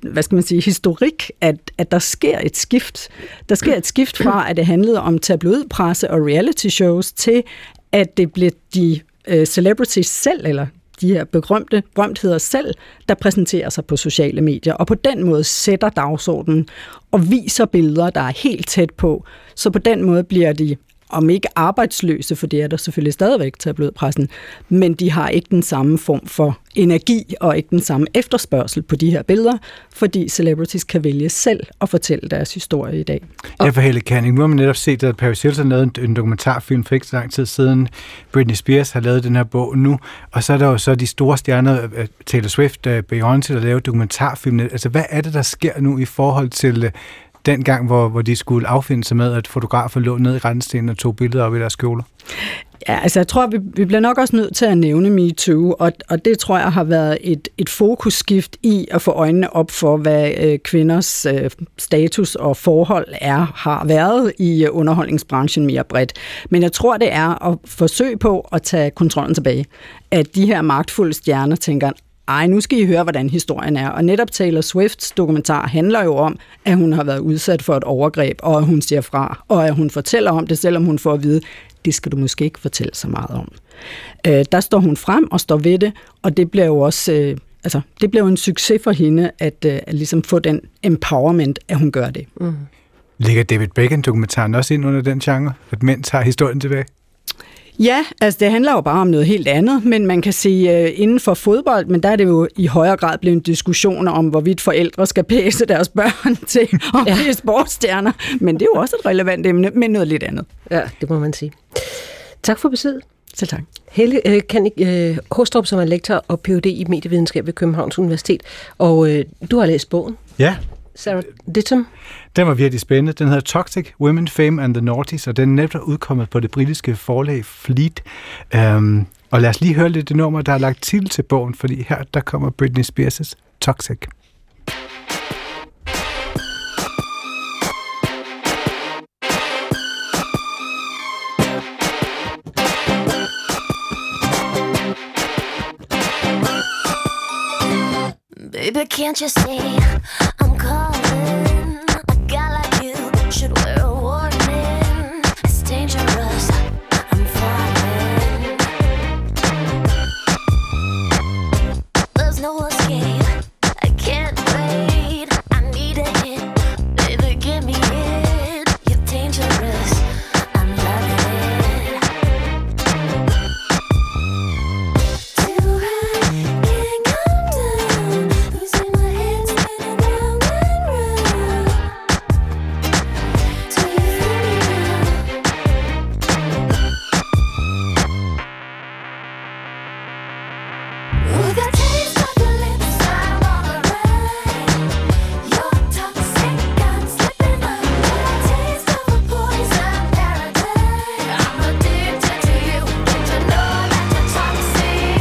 historik, at der sker et skift. Der sker et skift fra, at det handlede om tabloidpresse og reality shows, til at det bliver de celebrities selv, eller de her berømtheder selv, der præsenterer sig på sociale medier, og på den måde sætter dagsordenen og viser billeder, der er helt tæt på. Så på den måde bliver de, om ikke arbejdsløse, for det er der selvfølgelig stadigvæk tabloidpressen, men de har ikke den samme form for energi og ikke den samme efterspørgsel på de her billeder, fordi celebrities kan vælge selv at fortælle deres historie i dag. Ja, for Helle Canning. Nu har man netop set, at Paris Hilton lavede en dokumentarfilm for ikke så lang tid siden. Britney Spears har lavet den her bog nu, og så er der jo så de store stjerner, Taylor Swift, Beyoncé, der laver dokumentarfilm. Altså, hvad er det, der sker nu i forhold til den gang, hvor de skulle affinde sig med, at fotografer lå ned i randstenen og tog billeder op i deres kjoler? Ja, altså jeg tror, vi bliver nok også nødt til at nævne MeToo, og det tror jeg har været et fokusskift i at få øjnene op for, hvad kvinders status og forhold har været i underholdningsbranchen mere bredt. Men jeg tror, det er at forsøge på at tage kontrollen tilbage. At de her magtfulde stjerner tænker, nu skal I høre, hvordan historien er. Og netop Taylor Swifts dokumentar handler jo om, at hun har været udsat for et overgreb, og at hun siger fra, og at hun fortæller om det, selvom hun får at vide, det skal du måske ikke fortælle så meget om. Der står hun frem og står ved det, og det bliver jo også det bliver jo en succes for hende, at ligesom få den empowerment, at hun gør det. Mm. Ligger David Beckham-dokumentaren også ind under den genre, at mænd tager historien tilbage? Ja, altså det handler jo bare om noget helt andet, men man kan sige inden for fodbold, men der er det jo i højere grad blevet en diskussion om, hvorvidt forældre skal pæse deres børn til at blive sportsstjerner. Men det er jo også et relevant emne, men noget lidt andet. Ja, det må man sige. Tak for besøget. Selv tak. Helle Hostrup, som er lektor og Ph.D. i medievidenskab ved Københavns Universitet, og du har læst bogen. Ja. Sarah Dittum. Den var virkelig spændende. Den hedder Toxic: Women, Fame and the Noughties, og den er netop udkommet på det britiske forlag Fleet. Og lad os lige høre lidt det nummer, der er lagt til bogen, fordi her der kommer Britney Spears' Toxic. Baby, can't you see I'm calling? A guy like you should wear a warning. It's dangerous, I'm falling. There's no escape, I can't wait. I need a hit, baby, give me it. You're dangerous, I'm loving it. Too high, can't come down. Losing my head, spinning round and round. Do you feel me now? Ooh, the taste of your lips, I'm on a ride. You're toxic, I'm slipping under. Taste of a poison paradise. I'm addicted to you. Don't you know that you're toxic?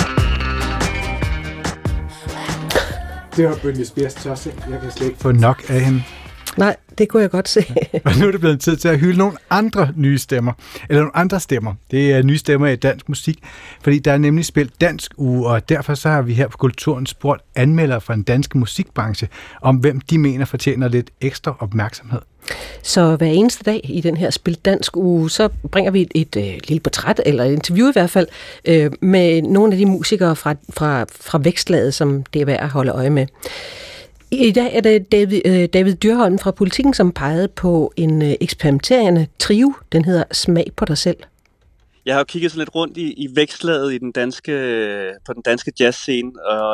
Det var Britney Spears Toxic. Jeg kan slet ikke få nok af hende. Nej, det kunne jeg godt se. Og nu er det blevet tid til at hylde nogle andre nye stemmer. Eller nogle andre stemmer. Det er nye stemmer i dansk musik. Fordi der er nemlig spillet Dansk Uge, og derfor så har vi her på Kulturen spurgt anmeldere fra den danske musikbranche, om hvem de mener fortjener lidt ekstra opmærksomhed. Så hver eneste dag i den her Spil Dansk Uge, så bringer vi et lille portræt, eller et interview i hvert fald, med nogle af de musikere fra vækstlaget, som det er værd at holde øje med. I dag er det David Dyrholm fra Politikken, som pegede på en eksperimenterende trio. Den hedder Smag på dig selv. Jeg har jo kigget så lidt rundt i vækstlaget i på den danske jazzscene,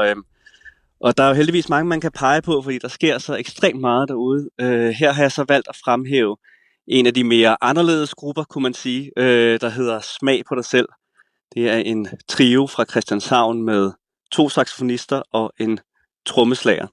og der er jo heldigvis mange, man kan pege på, fordi der sker så ekstremt meget derude. Her har jeg så valgt at fremhæve en af de mere anderledes grupper, kunne man sige, der hedder Smag på dig selv. Det er en trio fra Christianshavn med 2 saxofonister og en trommeslager.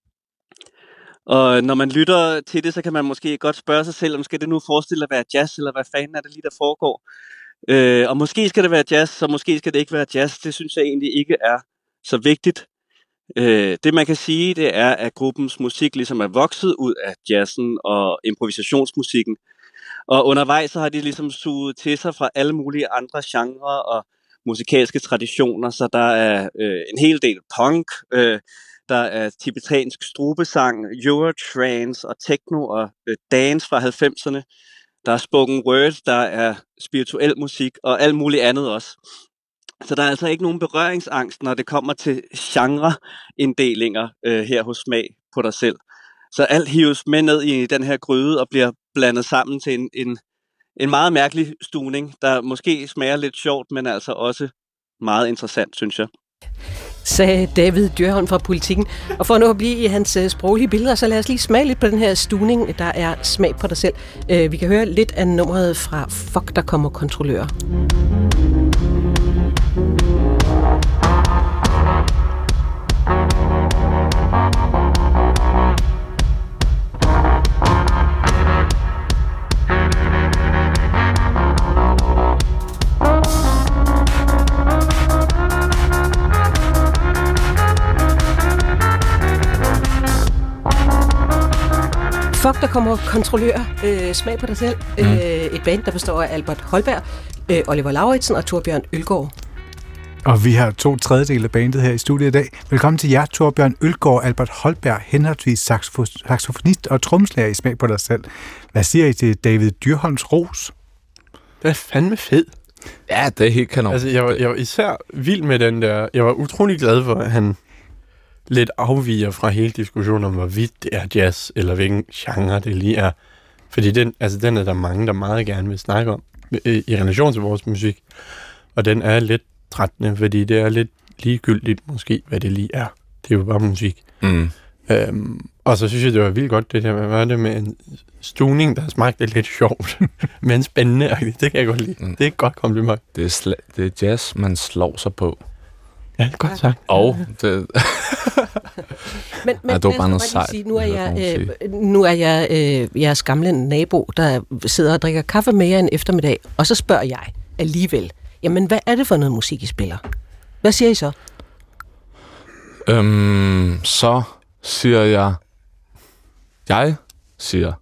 Og når man lytter til det, så kan man måske godt spørge sig selv, om skal det nu forestille at være jazz, eller hvad fanden er det lige, der foregår? Og måske skal det være jazz, og måske skal det ikke være jazz. Det synes jeg egentlig ikke er så vigtigt. Det man kan sige, det er, at gruppens musik ligesom er vokset ud af jazzen og improvisationsmusikken. Og undervejs så har de ligesom suget til sig fra alle mulige andre genrer og musikalske traditioner. Så der er en hel del punk, der er tibetansk strubesang, Eurotrance og techno og dance fra 90'erne. Der er spoken word, der er spirituel musik og alt muligt andet også. Så der er altså ikke nogen berøringsangst, når det kommer til genreinddelinger her hos Smag på dig selv. Så alt hives med ned i den her gryde og bliver blandet sammen til en meget mærkelig stuvning, der måske smager lidt sjovt, men altså også meget interessant, synes jeg. Sagde David Dyrholm fra Politikken. Og for nu at blive i hans sproglige billeder, så lad os lige smage lidt på den her stuvning, der er Smag på dig selv. Vi kan høre lidt af nummeret fra Fuck, der kommer kontrollører. Fuck, der kommer kontrollør. Smag på dig selv. Et band, der består af Albert Holberg, Oliver Lauritsen og Torbjørn Ølgaard. Og vi har 2/3 af bandet her i studiet i dag. Velkommen til jer, Torbjørn Ølgaard og Albert Holberg, henholdsvis saxofonist og trommeslager i Smag på dig selv. Hvad siger I til David Dyrholms ros? Det er fandme fed. Ja, det er helt kanon. Altså, jeg var især vild med den der. Jeg var utrolig glad for, at han lidt afviger fra hele diskussionen om, hvorvidt det er jazz, eller hvilken genre det lige er. Fordi den er der mange, der meget gerne vil snakke om i relation til vores musik. Og den er lidt trættende, fordi det er lidt ligegyldigt måske, hvad det lige er. Det er jo bare musik. Og så synes jeg, det var vildt godt, det der med, hvad det med en stuvning, der smagte lidt sjovt, men spændende. Det kan jeg godt lide. Det er et godt kompliment. Det er jazz, man slår sig på. Ja, det er godt sagt. Og det... Men ja, det var bare noget sejt. Nu er jeg jeres gamle nabo, der sidder og drikker kaffe med jer en eftermiddag, og så spørger jeg alligevel, jamen hvad er det for noget musik, I spiller? Hvad siger I så? Så siger jeg siger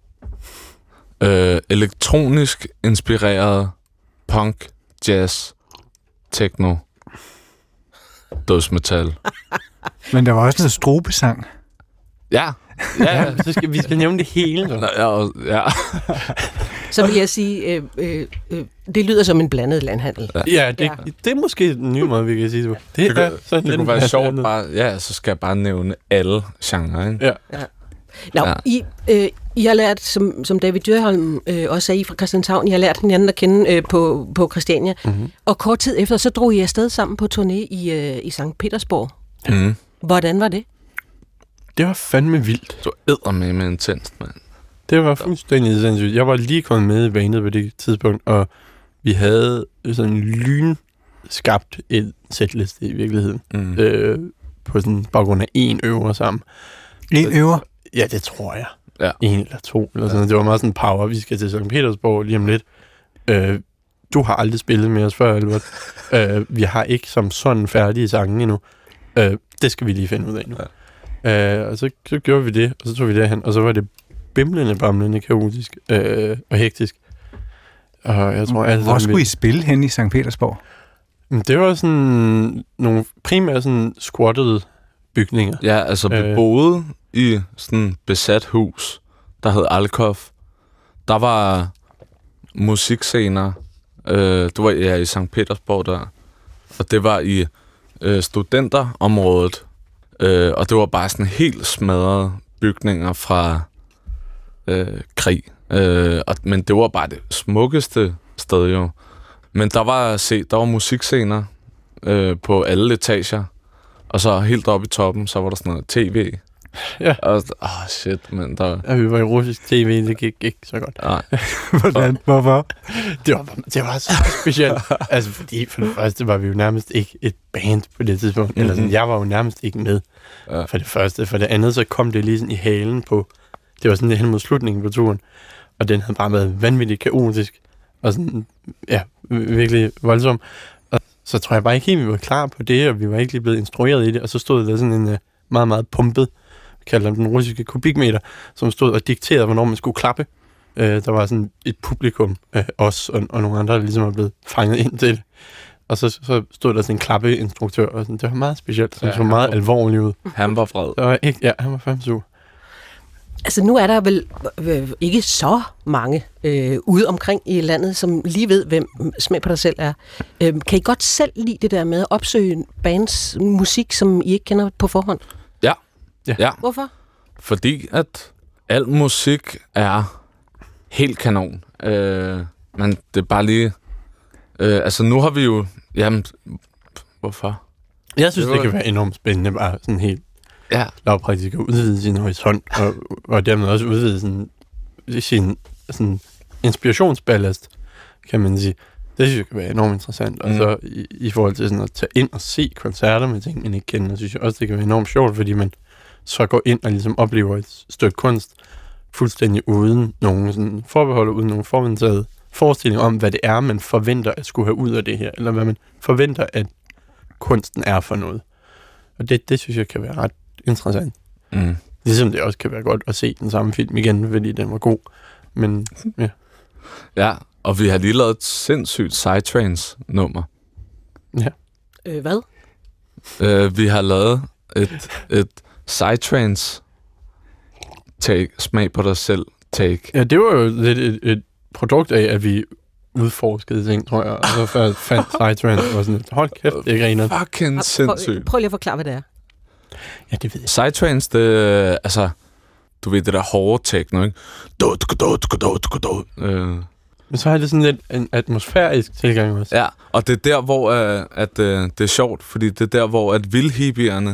elektronisk inspireret punk, jazz, techno. dødsmetal. Men der var også noget strobesang. Ja. Ja, vi skal nævne det hele. Ja. Så vil jeg sige, det lyder som en blandet landhandel. Ja, det er måske en ny måde, vi kan sige det. Det kunne være sjovt bare, så skal jeg bare nævne alle genrer, ikke? Ja. Nå, I har lært, som David Dyrholm også sagde fra Christianshavn, I har lært hinanden at kende på Christiania. Mm-hmm. Og kort tid efter, så drog I afsted sammen på turné i Sankt Petersborg. Mm. Hvordan var det? Det var fandme vildt. Du eddermame intenst, mand. Det var fuldstændig sindssygt. Jeg var lige kommet med i banet på det tidspunkt, og vi havde sådan en skabt et sætliste i virkeligheden. På sådan baggrund af 1 øver sammen. 1 øver? Ja, det tror jeg. Ja. 1 eller 2 eller sådan. Det var meget sådan power. Vi skal til Sankt Petersborg lige om lidt. Du har aldrig spillet med os før, Albert. Vi har ikke som sådan færdige sange endnu. Det skal vi lige finde ud af nu. Ja. Og så gjorde vi det, og så tog vi derhen, og så var det bamlende, kaotisk og hektisk. Og jeg tror, hvor skulle I spille hen i Sankt Petersborg? Det var sådan nogle primært sådan squattede bygninger. Ja, altså vi boede i sådan et besat hus, der hed Alkov. Der var musikscener. Det var i Sankt Petersborg der. Og det var i studenterområdet. Og det var bare sådan helt smadrede bygninger fra krig. Men det var bare det smukkeste sted jo. Men der var musikscener på alle etager. Og så helt oppe i toppen, så var der sådan noget tv. Ja. Og shit, men der... Ja, vi var i russisk tv, det gik ikke så godt. Nej. Hvordan? Hvorfor? Det var så specielt. Altså, fordi for det første var vi jo nærmest ikke et band på det tidspunkt. Eller sådan, jeg var jo nærmest ikke med for det første. For det andet, så kom det lige sådan i halen på... Det var sådan hen mod slutningen på turen. Og den havde bare været vanvittigt kaotisk. Og sådan, ja, virkelig voldsom. Og så tror jeg bare ikke helt, vi var klar på det, og vi var ikke lige blevet instrueret i det. Og så stod der sådan en meget, meget pumpet, kalder den russiske kubikmeter, som stod og dikterede, hvornår man skulle klappe. Der var sådan et publikum, os og nogle andre, der ligesom var blevet fanget ind til det. Og så stod der sådan en klappeinstruktør, og sådan, det var meget specielt. Så det var meget alvorligt ud. Han var vred. Ja, han var fandme sur. Altså nu er der vel ikke så mange ude omkring i landet, som lige ved, hvem Smag på dig selv er. Kan I godt selv lide det der med at opsøge bands musik, som I ikke kender på forhånd? Ja. Hvorfor? Fordi at al musik er helt kanon. Men det er bare lige... altså nu har vi jo... Jamen, hvorfor? Jeg synes, det kan være enormt spændende, bare sådan helt lavpraktisk at udvide sin horisont, og dermed også udvide sin sådan inspirationsballast, kan man sige. Det synes jeg kan være enormt interessant. Og så i forhold til sådan at tage ind og se koncerter med ting, man ikke kender, synes jeg også, det kan være enormt sjovt, fordi man så går ind og ligesom oplever et stykke kunst fuldstændig uden nogen sådan forbehold, uden nogen forventede forestilling om, hvad det er, man forventer at skulle have ud af det her, eller hvad man forventer, at kunsten er for noget. Og det synes jeg kan være ret interessant. Mm. Ligesom det også kan være godt at se den samme film igen, fordi den var god. Men ja. Ja, og vi har lige lavet et sindssygt Psytrance-nummer. Ja. Hvad? Vi har lavet et Psytrance take, smag på dig selv take. Ja, det var jo lidt et produkt af, at vi udforskede ting, tror jeg, og så fandt Psytrance og sådan, hold kæft, det er griner. Fucking sindssygt. Prøv lige at forklare, hvad det er. Ja, det ved jeg. Psytrance, det altså, du ved det der hårde techno, ikke? Men så har det sådan lidt en atmosfærisk tilgang også. Ja, og det er der, hvor at det er sjovt, fordi det er der, hvor at vildhippierne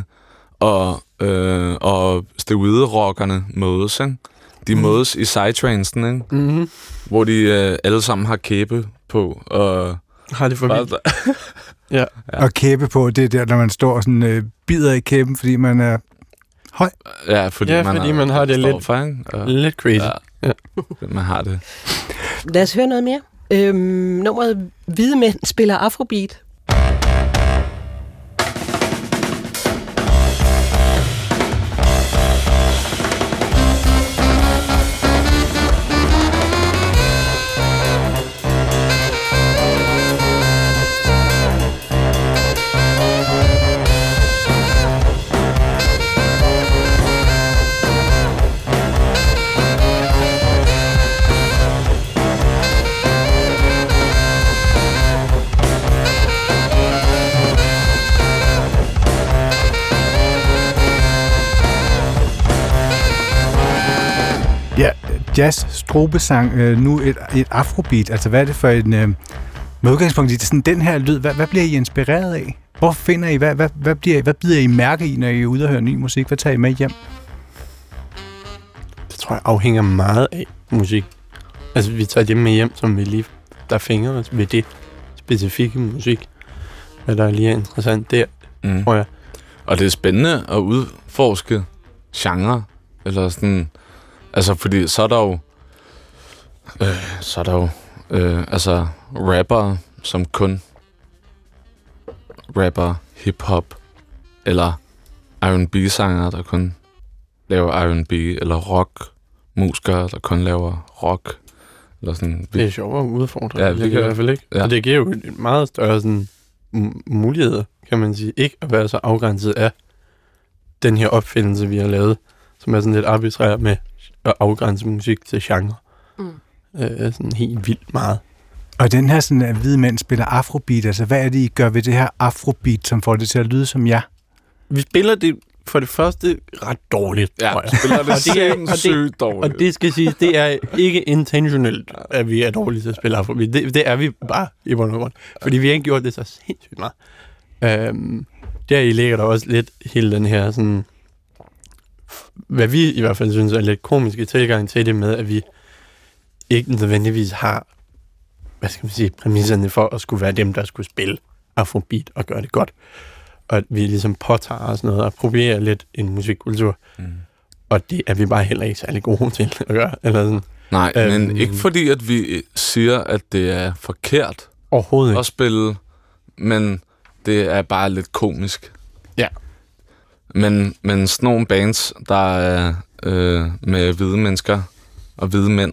og steroide-rockerne mødes, ikke? De mødes i Psytrancen, ikke? Mm-hmm. Hvor de alle sammen har kæbe på. Og har det for vildt. Ja. Og kæbe på, det er der, når man står og sådan, bider i kæben, fordi man er høj. Ja, fordi man har det lidt, lidt crazy. Ja. Man har det. Lad os høre noget mere. Nummeret Hvide Mænd spiller Afrobeat. jazz, strobesang, nu et afrobeat. Altså, hvad er det for en... med udgangspunkt i sådan den her lyd, hvad bliver I inspireret af? Hvor finder I, hvad bider I mærke i, når I er ude og høre ny musik? Hvad tager I med hjem? Det tror jeg afhænger meget af musik. Altså, vi tager det med hjem, som vi lige der fænger os ved det specifikke musik. Hvad der lige er interessant der, tror jeg. Og det er spændende at udforske genre, eller sådan, altså fordi så er der jo altså rappere, som kun rapper hip-hop, eller R&B-sangere, der kun laver R&B, eller rock-musikere, der kun laver rock, eller sådan. Det er sjovere at udfordre, ja, det i hvert fald ikke. Ja. Og det giver jo en meget større sådan, muligheder, kan man sige, ikke at være så afgrænset af den her opfindelse, vi har lavet, som er sådan lidt arbitrær med at afgrænse musik til genre. Sådan helt vildt meget. Og den her sådan, at hvide mænd spiller afrobeat, altså hvad er det, I gør ved det her afrobeat, som får det til at lyde som jer? Vi spiller det for det første ret dårligt, tror jeg. Spiller det sindssygt dårligt. Og det skal sige, det er ikke intentionelt, at vi er dårlige til at spille afrobeat. Det er vi bare i bund og grund. Fordi vi har ikke gjort det så sindssygt meget. Deri ligger der også lidt hele den her sådan, hvad vi i hvert fald synes er lidt komiske tilgang til det med, at vi ikke nødvendigvis har, hvad skal man sige, præmisserne for at skulle være dem, der skulle spille afrobeat og gøre det godt. Og at vi ligesom påtager os noget og proberer lidt en musikkultur. Og det er vi bare heller ikke særlig gode til at gøre. Eller sådan. Nej, men ikke fordi, at vi siger, at det er forkert overhovedet at spille, men det er bare lidt komisk. Ja. Men sådan nogle bands, der er med hvide mennesker og hvide mænd,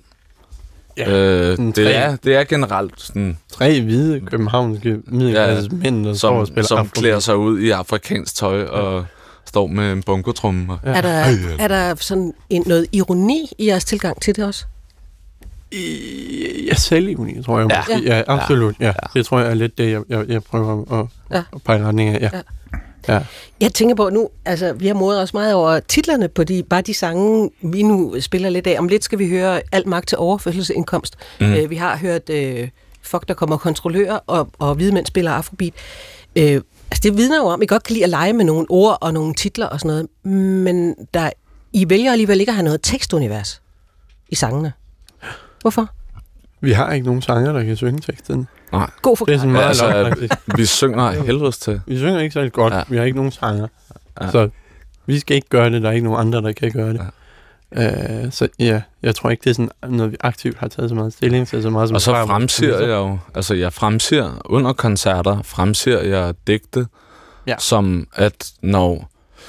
det er generelt sådan... 3 hvide københavnske middelklasses mænd, der står og spiller som klæder sig ud i afrikansk tøj og står med en bongotrumme. Ja. Er der sådan noget ironi i jeres tilgang til det også? Ja, selvironi, tror jeg. Ja, absolut. Ja. Det tror jeg er lidt det, jeg prøver at pege retning af. Ja. Jeg tænker på nu, altså vi har modet os meget over titlerne på de sange, vi nu spiller lidt af. Om lidt skal vi høre Al magt til overførselsindkomst. Vi har hørt Fuck, der kommer kontrollører, og hvide mænd spiller afrobeat. Altså det vidner jo om, I godt kan lide at lege med nogle ord og nogle titler og sådan noget, men I vælger alligevel ikke at have noget tekstunivers i sangene. Hvorfor? Vi har ikke nogen sanger, der kan synge teksten. Nej. God forklaring. Det er sådan meget vi synger helvedes til. Vi synger ikke særlig godt. Ja. Vi har ikke nogen sanger. Ja. Så vi skal ikke gøre det. Der er ikke nogen andre, der kan gøre det. Ja. Så ja, jeg tror ikke, det er sådan noget, vi aktivt har taget så meget stilling til. Så meget som og så fremsiger jeg jo, altså jeg fremsiger under koncerter, fremsiger jeg digte, som at når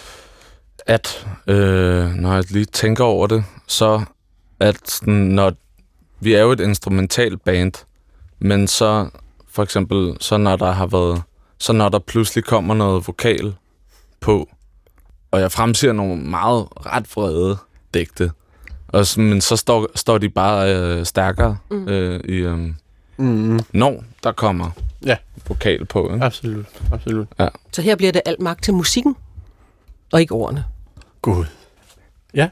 jeg lige tænker over det, så at når vi er jo et instrumentalt band, men så for eksempel, så når der pludselig kommer noget vokal på, og jeg fremsiger nogle meget ret vrede digte, men så står de bare stærkere når der kommer vokal på. Ikke? Absolut. Ja. Så her bliver det alt magt til musikken, og ikke ordene. Gud. Ja.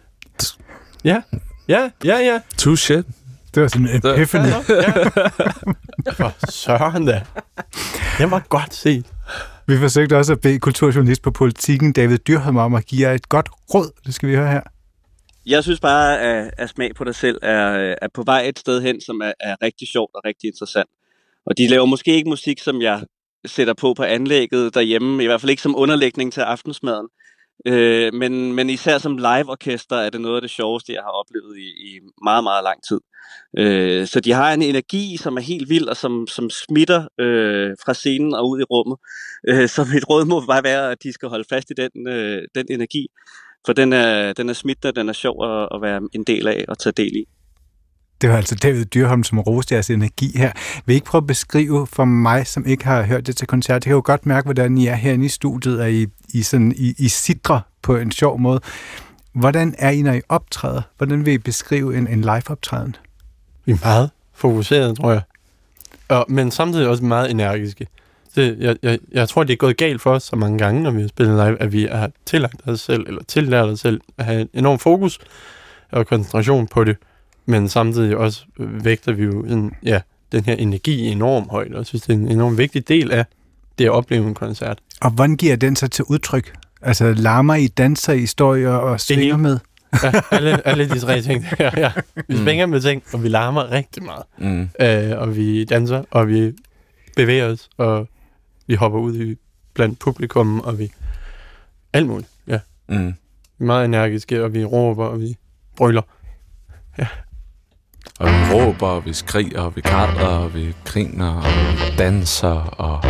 Touché. Det var sådan en epiphany. For søren da. Det var godt set. Vi forsøgte også at bede kulturjournalist på Politikken, David Dyrholm, om at give jer et godt råd. Det skal vi høre her. Jeg synes bare, at smag på dig selv er på vej et sted hen, som er rigtig sjovt og rigtig interessant. Og de laver måske ikke musik, som jeg sætter på anlægget derhjemme, i hvert fald ikke som underlægning til aftensmaden. Men især som liveorkester er det noget af det sjoveste, jeg har oplevet i meget, meget lang tid. Så de har en energi, som er helt vild, og som smitter fra scenen og ud i rummet. Så mit råd må bare være, at de skal holde fast i den energi. For den er smittende, den er sjov at være en del af og tage del i. Det var altså David Dyrholm, som roste jeres energi her. Vil I ikke prøve at beskrive for mig, som ikke har hørt det til koncert? Jeg kan jo godt mærke, hvordan I er herinde i studiet, og I sidrer på en sjov måde. Hvordan er I, når I optræder? Hvordan vil I beskrive en live-optræden? Vi er meget fokuseret, tror jeg. Men samtidig også meget energiske. Jeg tror, det er gået galt for os så mange gange, når vi har spillet live, at vi har tillært os selv at have en enorm fokus og koncentration på det. Men samtidig også vægter vi jo den her energi enormt højt, og jeg synes, det er en enormt vigtig del af det at opleve en koncert. Og hvordan giver den sig til udtryk? Altså larmer I, danser I, står I og svinger med? Ja, alle de tre ting. Ja. Vi svinger med ting, og vi larmer rigtig meget. Og vi danser, og vi bevæger os, og vi hopper ud blandt publikum, og vi... Alt muligt, ja. Vi er meget energiske, og vi råber, og vi brøler. Ja. Og vi råber, og vi skriger, og vi græder, og vi griner, og vi danser, og...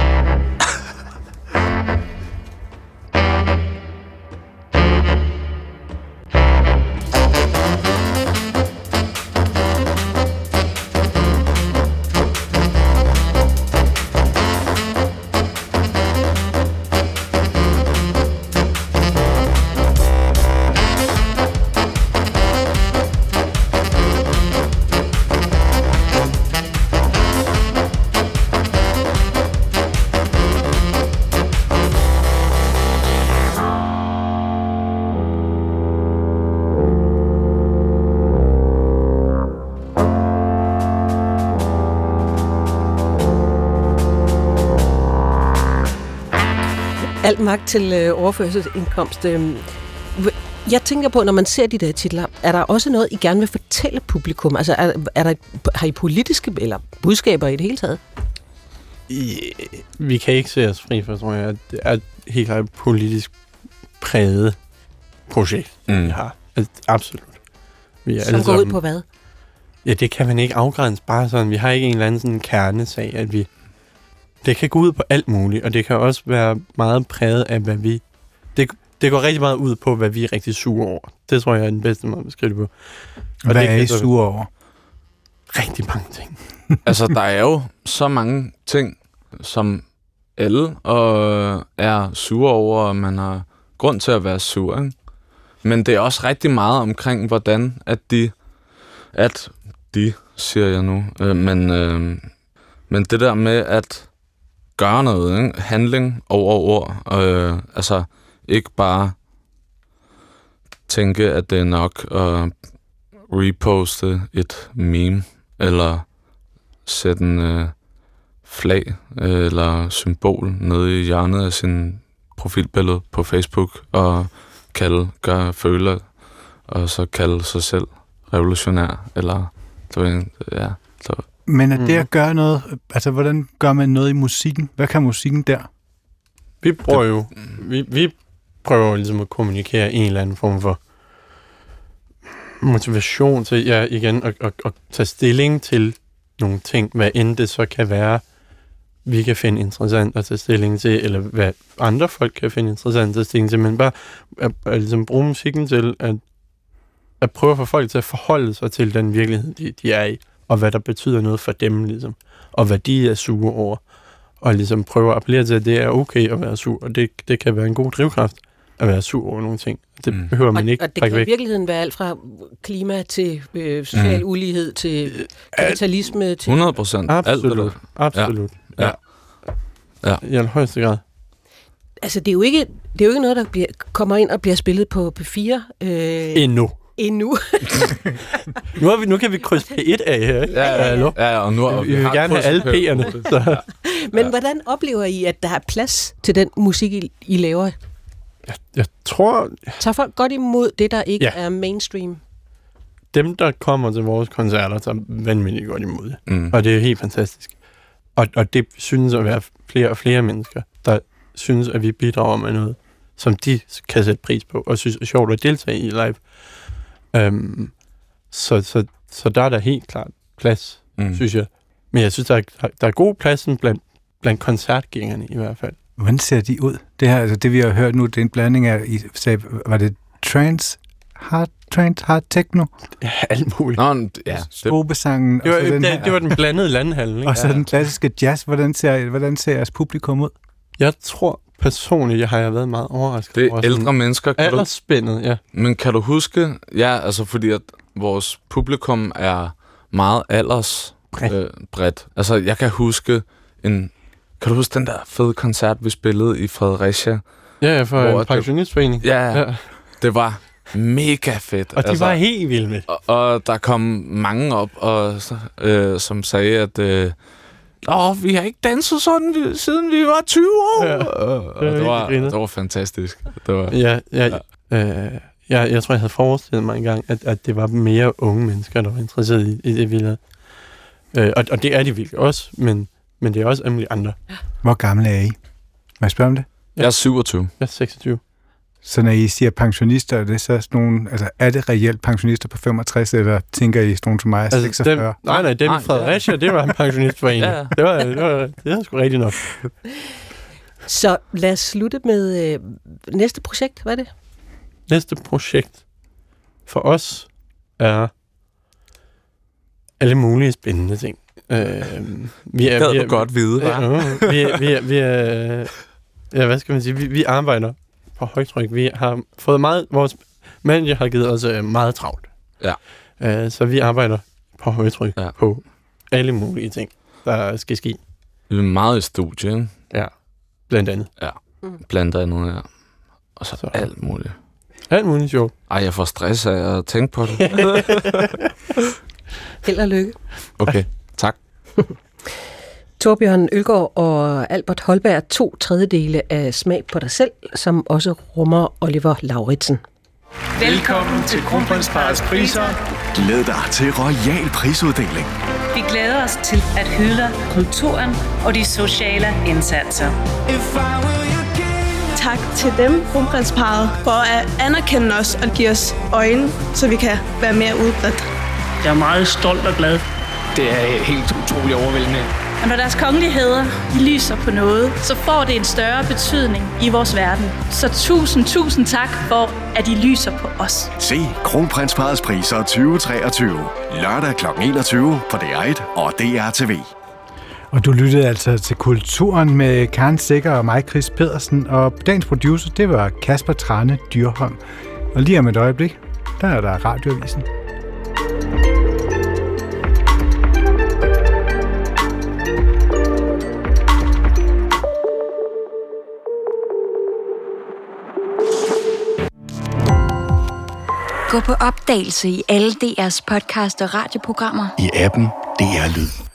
Al magt til overførselsindkomst. Jeg tænker på, når man ser de der titler, er der også noget, I gerne vil fortælle publikum? Altså, har I politiske eller budskaber i det hele taget? Vi kan ikke se os fri for, tror jeg. Det er et helt klart politisk præget projekt, vi har. Altså, absolut. Vi er som går ud på hvad? Ja, det kan man ikke afgrænse bare sådan. Vi har ikke en eller anden sådan kernesag, at vi... Det kan gå ud på alt muligt, og det kan også være meget præget af, hvad vi... Det går rigtig meget ud på, hvad vi er rigtig sure over. Det tror jeg er den bedste måde at beskrive det på. Og hvad er I sure over? Rigtig mange ting. Altså, der er jo så mange ting, som alle er sure over, og man har grund til at være sur, ikke? Men det er også rigtig meget omkring, hvordan at de siger jeg nu, men det der med at gøre noget, ikke? Handling over ord, altså ikke bare tænke, at det er nok at reposte et meme, eller sætte en flag eller symbol nede i hjørnet af sin profilbillede på Facebook, og føle, og så kalde sig selv revolutionær, eller ja. Så. Men er det at gøre noget, altså hvordan gør man noget i musikken? Hvad kan musikken der? Vi prøver jo, vi prøver ligesom at kommunikere en eller anden form for motivation til, igen, at tage stilling til nogle ting, hvad end det så kan være, vi kan finde interessant at tage stilling til, eller hvad andre folk kan finde interessant at tage stilling til, men bare at ligesom bruge musikken til at prøve at få folk til at forholde sig til den virkelighed, de er i, og hvad der betyder noget for dem, ligesom, og hvad de er sure over, og ligesom prøve at appellere til, at det er okay at være sur, og det kan være en god drivkraft at være sur over nogle ting. Det behøver man ikke. Og det kan i virkeligheden være alt fra klima til social ulighed til kapitalisme til... 100%. Absolut. Absolut. Ja. I højeste grad. Altså, det er jo ikke noget, der kommer ind og bliver spillet på P4. Endnu. Nu kan vi krydse P1 af her, ikke? Ja, og nu vi vil gerne have alle P'erne. Men hvordan oplever I, at der er plads til den musik, I laver? Jeg tror... Tager folk godt imod det, der ikke er mainstream? Dem, der kommer til vores koncerter, tager vanvittigt godt imod det. Og det er helt fantastisk. Og det synes at være flere og flere mennesker, der synes, at vi bidrager med noget, som de kan sætte pris på, og synes er sjovt at deltage i live. Så der er der helt klart plads, synes jeg. Men jeg synes, der er god plads blandt koncertgængerne i hvert fald. Hvordan ser de ud? Det her, altså det vi har hørt nu, det er en blanding af, var det trance, hard techno? Ja, alt muligt. Strobesangen. Det var den blandede landhandel, ikke? Og så den klassiske jazz. Hvordan ser jeres publikum ud? Jeg tror personligt, jeg har været meget overrasket. Det er ældre mennesker. Aldersspændet, ja. Men kan du huske, altså fordi at vores publikum er meget bredt. Altså jeg kan huske kan du huske den der fede koncert, vi spillede i Fredericia? Ja, for en pensionistforening. Ja, det var mega fedt. Og de var helt vilde med. Og der kom mange op, som sagde, at vi har ikke danset sådan, siden vi var 20 år. Ja. Og det var fantastisk. Det var, jeg tror, jeg havde forestillet mig engang, at det var mere unge mennesker, der var interesseret i det, vi lavede. Og det er de virkelig også, men det er også alle mulige andre. Hvor gamle er I? Må jeg spørge om det? Jeg er 27. Jeg er 26. Så når I siger pensionister, er det så sådan nogle, altså er det reelt pensionister på 65, eller tænker I sådan nogle som mig, 46? Nej, dem i Fredericia, det var en pensionist for en. Ja. Det var sgu rigtigt nok. Så lad os slutte med næste projekt. Hvad er det? Næste projekt for os er alle mulige spændende ting. Vi du godt vide, hva'? Hvad skal man sige? Vi arbejder på højtryk. Vi har fået meget... Vores manager har givet os meget travlt. Ja. Så vi arbejder på højtryk på alle mulige ting, der skal ske. Vi er meget i studie, Ja, blandt andet. Ja, blandt andet, ja. Og så alt muligt. Alt muligt sjovt. Ej, jeg får stress af at tænke på det. Held og lykke. Okay, tak. Torbjørn Øgaard og Albert Holberg, 2/3 af Smag på dig selv, som også rummer Oliver Lauritsen. Velkommen til Kronprinsparrets priser. Glæd dig til royal prisuddeling. Vi glæder os til at hylde kulturen og de sociale indsatser. Tak til dem, kronprinsparret, for at anerkende os og give os øjne, så vi kan være mere udbredt. Jeg er meget stolt og glad. Det er helt utroligt overvældende. Og når deres kongeligheder lyser på noget, så får det en større betydning i vores verden. Så tusind tak for, at I lyser på os. Se Kronprinsparrets priser 2023. Lørdag kl. 21 på DR1 og DRTV. Og du lyttede altså til Kulturen med Karen Sækker og mig, Chris Pedersen. Og dagens producer, det var Kasper Trane Dyrholm. Og lige om et øjeblik, der er der Radioavisen. Gå på opdagelse i alle DR's podcast og radioprogrammer. I appen DR Lyd.